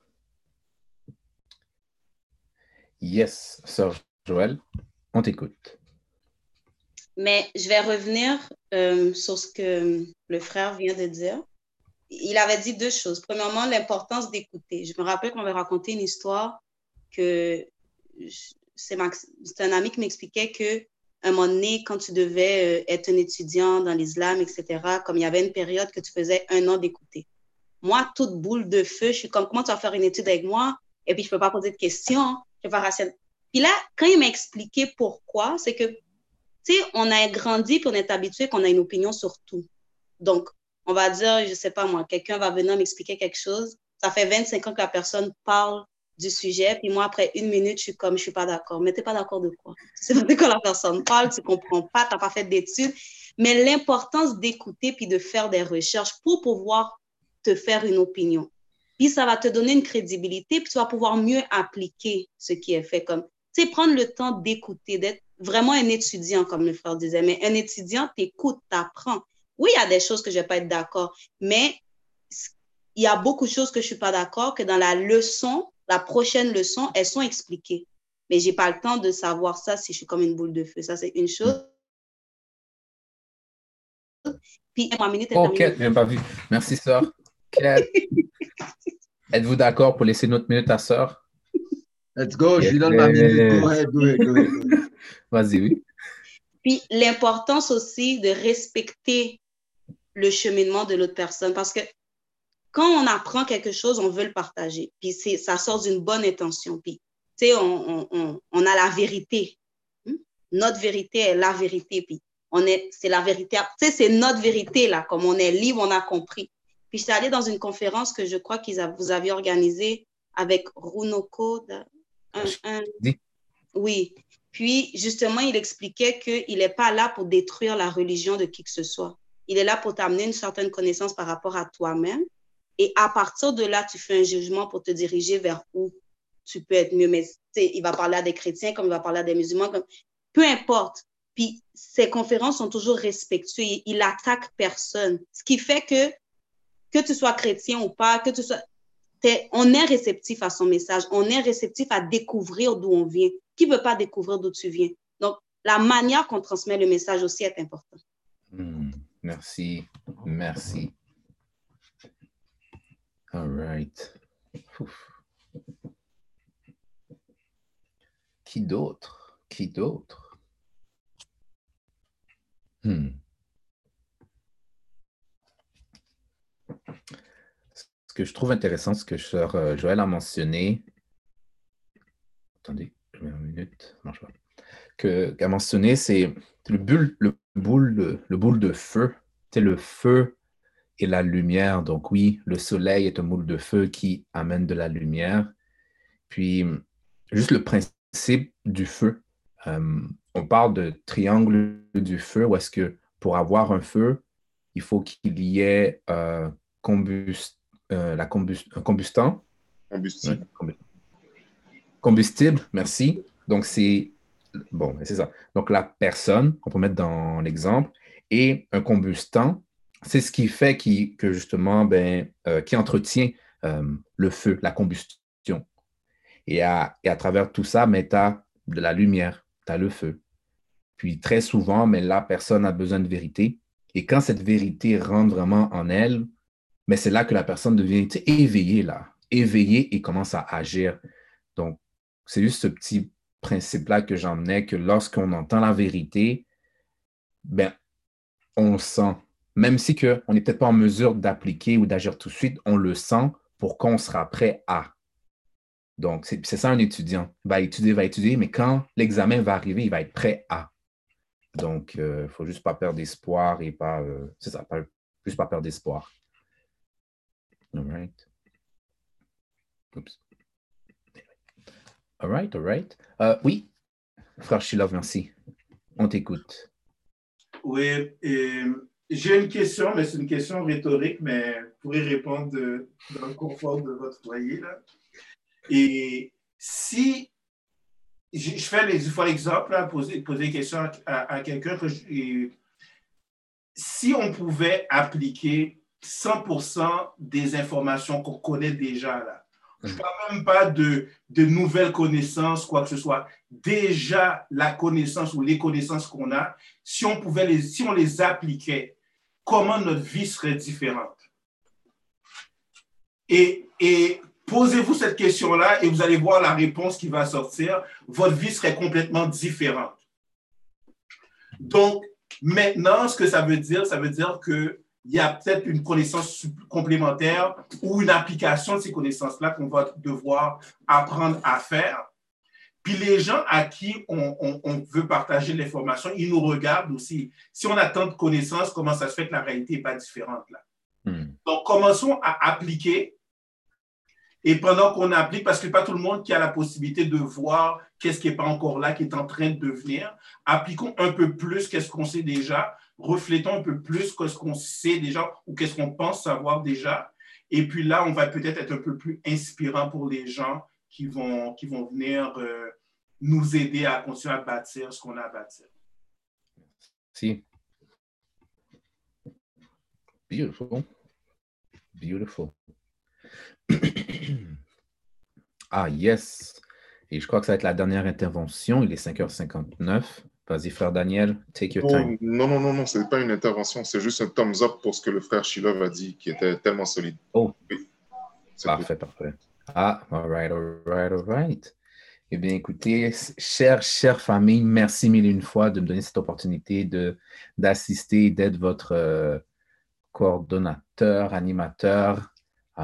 Yes, sœur Joël, on t'écoute. Mais je vais revenir sur ce que le frère vient de dire. Il avait dit deux choses. Premièrement, l'importance d'écouter. Je me rappelle qu'on avait raconté une histoire que c'est un ami qui m'expliquait qu'à un moment donné, quand tu devais être un étudiant dans l'islam, etc., comme il y avait une période que tu faisais 1 an d'écouter. Moi, toute boule de feu, je suis comme, comment tu vas faire une étude avec moi? Et puis, je ne peux pas poser de questions. Je vais pas rationner. Puis là, quand il m'a expliqué pourquoi, c'est que, tu sais, on a grandi puis on est habitué qu'on a une opinion sur tout. Donc, on va dire, je ne sais pas moi, quelqu'un va venir m'expliquer quelque chose. Ça fait 25 ans que la personne parle du sujet. Puis moi, après 1 minute, je suis comme, je ne suis pas d'accord. Mais tu n'es pas d'accord de quoi? C'est pas de quoi la personne parle, tu ne comprends pas, tu n'as pas fait d'études. Mais l'importance d'écouter puis de faire des recherches pour pouvoir te faire une opinion. Puis ça va te donner une crédibilité, puis tu vas pouvoir mieux appliquer ce qui est fait. Comme, tu sais, prendre le temps d'écouter, d'être vraiment un étudiant, comme le frère disait. Mais un étudiant, t'écoutes, t'apprends. Oui, il y a des choses que je ne vais pas être d'accord, mais il y a beaucoup de choses que je ne suis pas d'accord, que dans la leçon, la prochaine leçon, elles sont expliquées. Mais je n'ai pas le temps de savoir ça si je suis comme une boule de feu. Ça, c'est une chose. Puis, Kate, je n'ai pas vu. Merci, sœur. Kate, êtes-vous d'accord pour laisser notre minute à sœur? Let's go, je lui donne ma minute. Go ahead. Vas-y, oui. Puis, l'importance aussi de respecter le cheminement de l'autre personne. Parce que quand on apprend quelque chose, on veut le partager. Puis, ça sort d'une bonne intention. Puis, tu sais, on a la vérité. Notre vérité est la vérité. Puis, c'est la vérité. Tu sais, c'est notre vérité, là. Comme on est libre, on a compris. Puis, j'étais allée dans une conférence que je crois que vous aviez organisée avec Runoko. Oui. Puis, justement, il expliquait qu'il n'est pas là pour détruire la religion de qui que ce soit. Il est là pour t'amener une certaine connaissance par rapport à toi-même. Et à partir de là, tu fais un jugement pour te diriger vers où tu peux être mieux. Mais il va parler à des chrétiens comme il va parler à des musulmans. Peu importe. Puis, ces conférences sont toujours respectueuses. Il n'attaque personne. Ce qui fait que que tu sois chrétien ou pas, que tu sois... on est réceptif à son message, on est réceptif à découvrir d'où on vient. Qui ne veut pas découvrir d'où tu viens? Donc, la manière qu'on transmet le message aussi est importante. Merci. Merci. All right. Ouf. Qui d'autre? Qui d'autre? Ce que je trouve intéressant, ce que Sœur Joël a mentionné, attendez, je mets une minute, marche pas. Qu'a mentionné, c'est le boule de feu. C'est le feu et la lumière. Donc oui, le soleil est un boule de feu qui amène de la lumière. Puis, juste le principe du feu. On parle de triangle du feu, où est-ce que pour avoir un feu, il faut qu'il y ait un combustant. Combustible. Combustible, merci. Donc, c'est ça. Donc, la personne, on peut mettre dans l'exemple, et un combustant, c'est ce qui fait que justement, qui entretient le feu, la combustion. Et à travers tout ça, tu as de la lumière, tu as le feu. Puis très souvent, la personne a besoin de vérité. Et quand cette vérité rentre vraiment en elle, c'est là que la personne devient éveillée, éveillée et commence à agir. Donc, c'est juste ce petit principe-là que j'emmenais, que lorsqu'on entend la vérité, on le sent. Même si on n'est peut-être pas en mesure d'appliquer ou d'agir tout de suite, on le sent pour qu'on sera prêt à. Donc, c'est ça un étudiant. Va étudier, mais quand l'examen va arriver, il va être prêt à. Donc, il ne faut juste pas perdre d'espoir et pas... c'est ça, juste pas perdre d'espoir. All right. Oups. All right. Oui, frère Shilov, merci. On t'écoute. Oui, j'ai une question, mais c'est une question rhétorique, mais vous pourrez répondre dans le confort de votre foyer, là. Et si je fais l'exemple, poser une question à quelqu'un, si on pouvait appliquer 100% des informations qu'on connaît déjà, là, je ne parle même pas de nouvelles connaissances, quoi que ce soit, déjà la connaissance ou les connaissances qu'on a, si on les appliquait, comment notre vie serait différente? Et posez-vous cette question-là et vous allez voir la réponse qui va sortir. Votre vie serait complètement différente. Donc, maintenant, ce que ça veut dire qu'il y a peut-être une connaissance complémentaire ou une application de ces connaissances-là qu'on va devoir apprendre à faire. Puis les gens à qui on veut partager l'information, ils nous regardent aussi. Si on a tant de connaissances, comment ça se fait que la réalité n'est pas différente là? Donc, commençons à appliquer. Et pendant qu'on applique, parce que pas tout le monde qui a la possibilité de voir qu'est-ce qui n'est pas encore là, qui est en train de devenir, appliquons un peu plus qu'est-ce qu'on sait déjà, reflétons un peu plus qu'est-ce qu'on sait déjà ou qu'est-ce qu'on pense savoir déjà. Et puis là, on va peut-être être un peu plus inspirant pour les gens qui vont venir nous aider à continuer à bâtir ce qu'on a à bâtir. Si. Beautiful. Beautiful. Ah, yes. Et je crois que ça va être la dernière intervention. Il est 5h59. Vas-y, frère Daniel, take your time. Non, ce n'est pas une intervention. C'est juste un thumbs up pour ce que le frère Shilov a dit, qui était tellement solide. Oh, oui. Parfait. Ah, all right. Eh bien, écoutez, chère famille, merci mille une fois de me donner cette opportunité d'assister, d'être votre coordonnateur, animateur.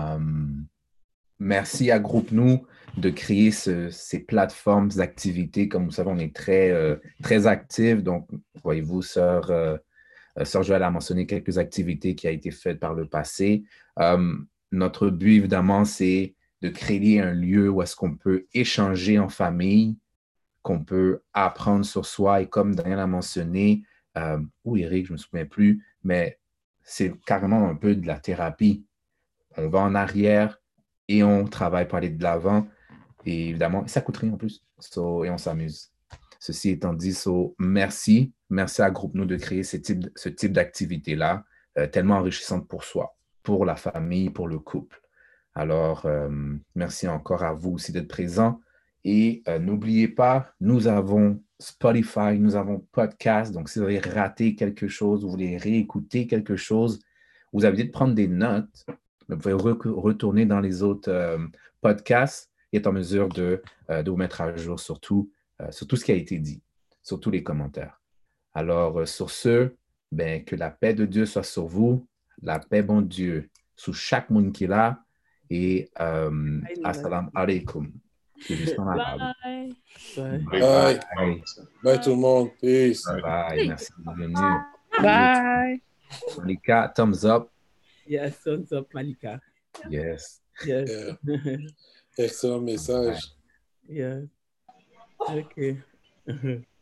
Merci à Groupe Nous de créer ces plateformes d'activités. Comme vous savez, on est très actifs. Donc, voyez-vous, Sœur Joël a mentionné quelques activités qui ont été faites par le passé. Notre but, évidemment, c'est de créer un lieu où est-ce qu'on peut échanger en famille, qu'on peut apprendre sur soi. Et comme Daniel a mentionné, ou Eric, je ne me souviens plus, mais c'est carrément un peu de la thérapie. On va en arrière et on travaille pour aller de l'avant. Et évidemment, ça coûte rien en plus. Et on s'amuse. Ceci étant dit, merci à Groupe Nous de créer ce type d'activité-là, tellement enrichissante pour soi, pour la famille, pour le couple. Alors, merci encore à vous aussi d'être présents. Et n'oubliez pas, nous avons Spotify, nous avons podcast. Donc, si vous avez raté quelque chose, vous voulez réécouter quelque chose, vous avez dit de prendre des notes. Vous pouvez retourner dans les autres podcasts et être en mesure de vous mettre à jour sur tout ce qui a été dit, sur tous les commentaires. Alors, sur ce, ben, que la paix de Dieu soit sur vous, la paix, bon Dieu, sur chaque monde qui est là. Et assalamu alaikum. Qui est juste en arabe. Bye. Bye. Bye tout le monde. Peace. Bye. Merci de venir. Bye. Malika, thumbs up. Yes, thumbs up, Malika. Yes. Yes. Yeah. Excellent message. Yeah. Okay.